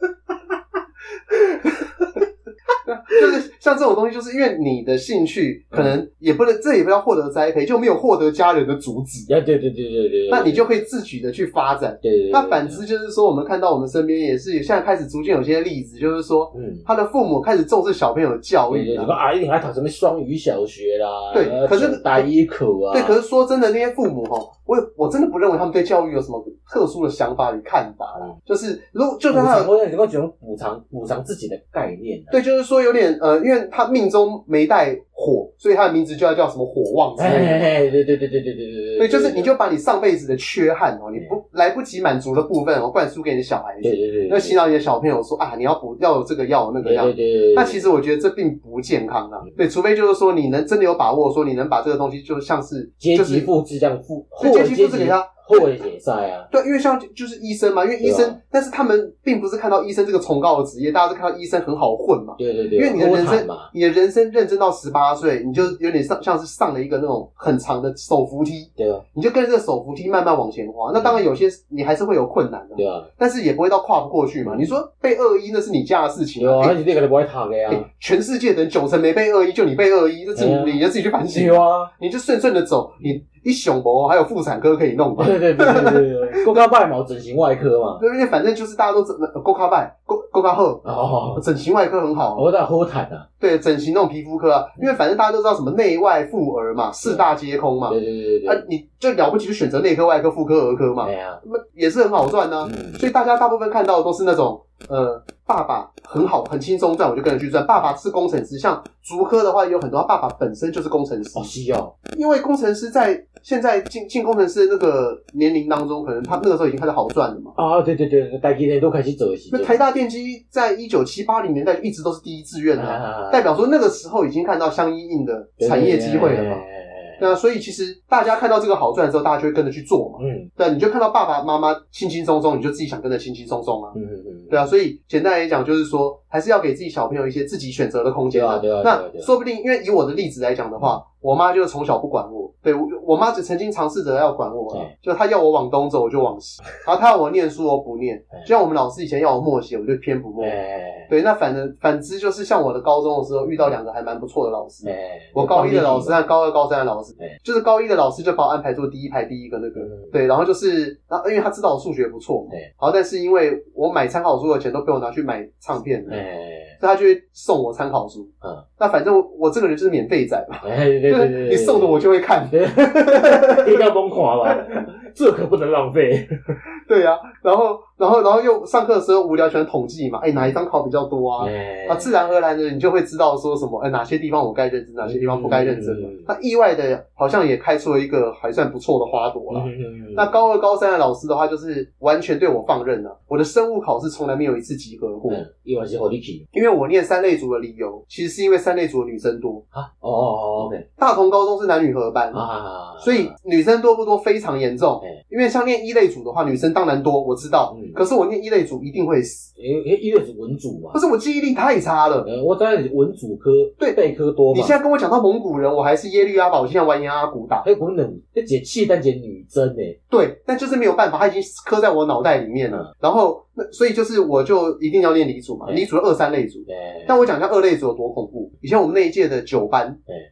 就是像这种东西，就是因为你的兴趣可能也不能，这也不要获得栽培，就没有获得家人的阻止。 对， 那你就可以自举的去发展。对。那反之就是说，我们看到我们身边也是现在开始逐渐有些例子，就是说，他的父母开始重视小朋友的教育。 一定还考什么双语小学啦， 对，可是大一口啊。 对，可是说真的，那些父母我真的不认为他们对教育有什么特殊的想法与看法啦。就是就算他有这种补偿自己的概念。 对，就是说有点因为他命中没带火，所以他的名字就要叫什么火旺之类的。对，就是你就把你上辈子的缺憾你来不及满足的部分灌输给你的小孩子，那洗脑你的小朋友说你要有这个要有那个要。那其实我觉得这并不健康啊。对，除非就是说你能真的有把握，说你能把这个东西就像是阶级复制这样阶级复制给他。 会也在啊， 对，因为像就是医生嘛，因为医生，但是他们并不是看到医生这个崇高的职业，大家是看到医生很好混嘛。 对， 因为你的人生认真到18岁，你就有点像是上了一个那种很长的手扶梯， 对啊， 你就跟着这个手扶梯慢慢往前滑。那当然有些你还是会有困难的， 对啊， 但是也不会到跨不过去嘛。你说被21那是你家的事情， 对啊，你这个都不会躺的呀。 全世界的人9成没被21，就你被21，这是你要自己去反省。 对啊， 你就顺的走，你熊博还有妇产科可以弄吧？ 对，国家拜嘛，整形外科嘛。 对，因为反正就是大家都国家拜，国家好，整形外科很好。 我在好谈啊。 对，整形那种皮肤科啊，因为反正大家都知道什么内外妇儿嘛，4大皆空嘛。 对。 你就了不起就选择内科、外科、妇科、儿科嘛。那也是很好赚啊。所以大家大部分看到的都是那种爸爸很好很轻松赚，我就跟着去赚。爸爸是工程师，像竹科的话有很多，他爸爸本身就是工程师。 是哦。 因为工程师在现在进工程师的那个年龄当中，可能他那个时候已经开始好赚了嘛。 对，台积电都开始走起。 那台大电机在1970、80年代一直都是第一志愿代表说那个时候已经看到相应的产业机会了嘛。对啊，所以其实大家看到这个好赚的时候，大家就会跟着去做嘛。对，你就看到爸爸妈妈轻轻松松，你就自己想跟着轻轻松松啊。对啊，所以简单来讲就是说，还是要给自己小朋友一些自己选择的空间啊。 对啊。 那说不定，因为以我的例子来讲的话，我妈就是从小不管我。对，我妈只曾经尝试着要管我，就她要我往东走我就往西，然后她要我念书我不念，就像我们老师以前要我默写，我就偏不默。对，那反之就是像我的高中的时候遇到2个还蛮不错的老师，我高1的老师和高2、高3的老师，就是高1的老师就把我安排做第1排第1个那个，对，然后因为他知道我数学不错，好，但是因为我买参考书的钱都被我拿去买唱片了，所以他就会送我参考书，那反正我这个人就是免费仔嘛，就是你送的我就会看， 应该疯狂吧，这可不能浪费。 对啊，然后又上课的时候无聊喜欢统计嘛，哪一张考比较多啊？自然而然的你就会知道说什么，哪些地方我该认真，哪些地方不该认真。那意外的好像也开出了一个还算不错的花朵啦。那高2、高3的老师的话，就是完全对我放任了。我的生物考试从来没有一次及格过。因为我念3类组的理由，其实是因为3类组的女生多啊。OK。大同高中是男女合班所以女生多不多非常严重。因为像念1类组的话，女生当然多，我知道。可是我念1类组一定会死。 1类组文组嘛。 不是，我记忆力太差了。 我当然文组科，对，备科多嘛。 你现在跟我讲到蒙古人，我还是耶律阿保，我现在完颜阿骨打。 可能这解气但解女真对，但就是没有办法，它已经刻在我脑袋里面了。然后所以就是我就一定要念理组嘛，理组的2、3类组。但我讲一下2类组有多恐怖。以前我们那一届的9班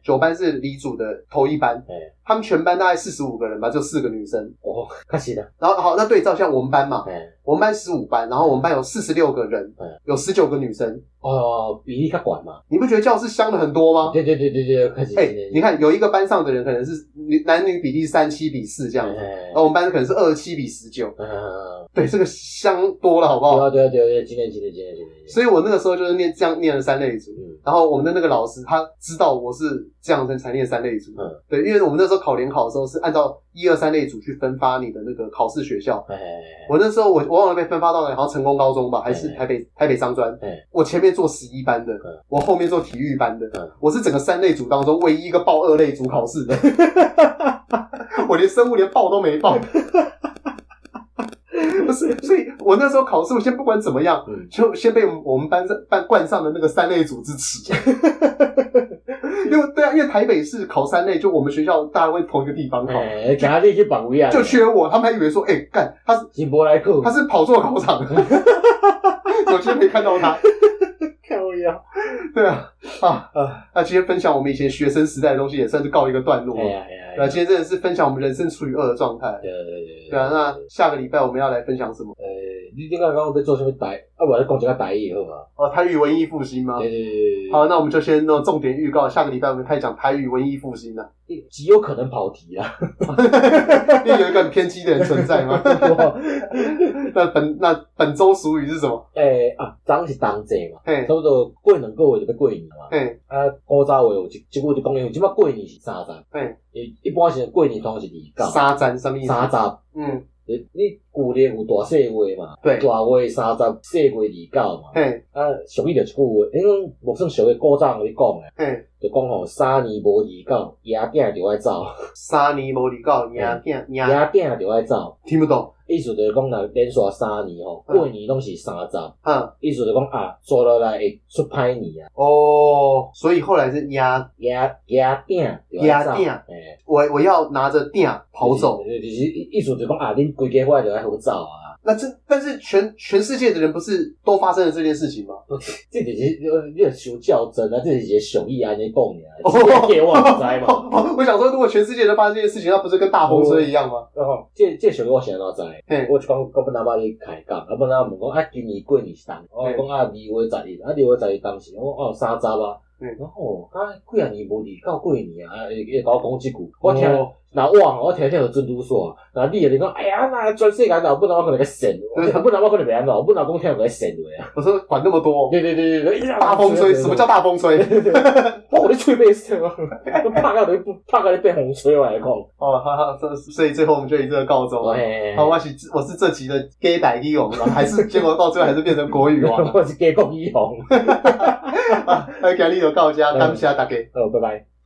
9班是李组的头一班，他们全班大概45个人吧，就4个女生。 哦，可惜了。 然后好，那对照像我们班嘛，我们班15班，然后我们班有46个人，有19个女生。 哦，比例较管嘛。 你不觉得教室香的很多吗？ 对，可惜。 你看有一个班上的人可能是男女比例37:4这样子，然后我们班可能是27:19。对，这个香多了，好不好？ 对，今天。 所以我那个时候就是这样念了3类组，然后我们的那个老师他知道我是这样才念3类组，对，因为我们那时候考联考的时候是按照1、2、3类组去分发你的那个考试学校。我那时候我忘了被分发到哪里，好像成功高中吧，还是台北商专。我前面做11班的，我后面做体育班的，我是整个3类组当中唯一一个报2类组考试的，我连生物连报都没报。不是，所以我那时候考试，我先不管怎么样，就先被我们班冠上的那个3类组之耻。因为台北市考3类，就我们学校大家会同一个地方考， 假地去绑位啊， 就缺我，他们还以为说，干他是金波莱克， 他是跑错考场，我今天没看到他。 看我呀， 对啊，那今天分享我们以前学生时代的东西，也算是告一个段落。对啊，今天真的是分享我们人生除以2的状态。对啊，那下个礼拜我们要来分享什么？ 你刚刚要做什么台？我来讲一下台语好吗？ 台语文艺复兴吗？对。好，那我们就先弄重点预告，下个礼拜我们开始讲台语文艺复兴了。 极有可能跑题啊， 因为有一个很偏激的人存在吗？那本周俗语是什么？ 当是当季嘛，差不多过2个月就要过年嘛。古早话有一句就讲，因为即摆过年是3十，一般是过年通常是29。 3十什么意思？30。 你旧历有大细月嘛？对，大月30，细月29嘛。俗语就一句话，因为无算俗语，古早咧讲诶。就讲吼，3年无29，爷囝就爱走。 3年无29，爷囝就爱走。 听不懂。 意思就是讲，若连续3年吼，过年拢是30。意思就是讲做落来会出歹年啊。 哦，所以后来是爷囝。我要拿着鼎跑走。 就是意思就是讲恁规家伙就爱好走啊。 但是全世界的人不是都发生了这件事情吗？ 这就是你受较真啊，这是一个俗语安尼讲尔，给我唔知嘛。 我想说，如果全世界都发生这件事情，那不是跟大风吹一样吗？ 这俗语我先哪知？我就讲本来捌你开讲，本来问讲今年过年是当，我讲2月11，2月11当时我30啊。然后几啊年无离到过年啊，会甲我讲即句，我听我听有准拄煞，你就讲，哎呀，那全世界老本来我可能个神，本来我可能袂安怎，本来讲听有个神话啊。 我说管那么多， 对， 大风吹，什么叫大风吹？ 我你吹被死啊，拍到你被风吹我来讲。 所以最后我们就以这个告终了。好，我是这集的假台语王，还是结果到最后还是变成国语王。 我是假国语王。 今日就到这，感谢大家。 拜拜。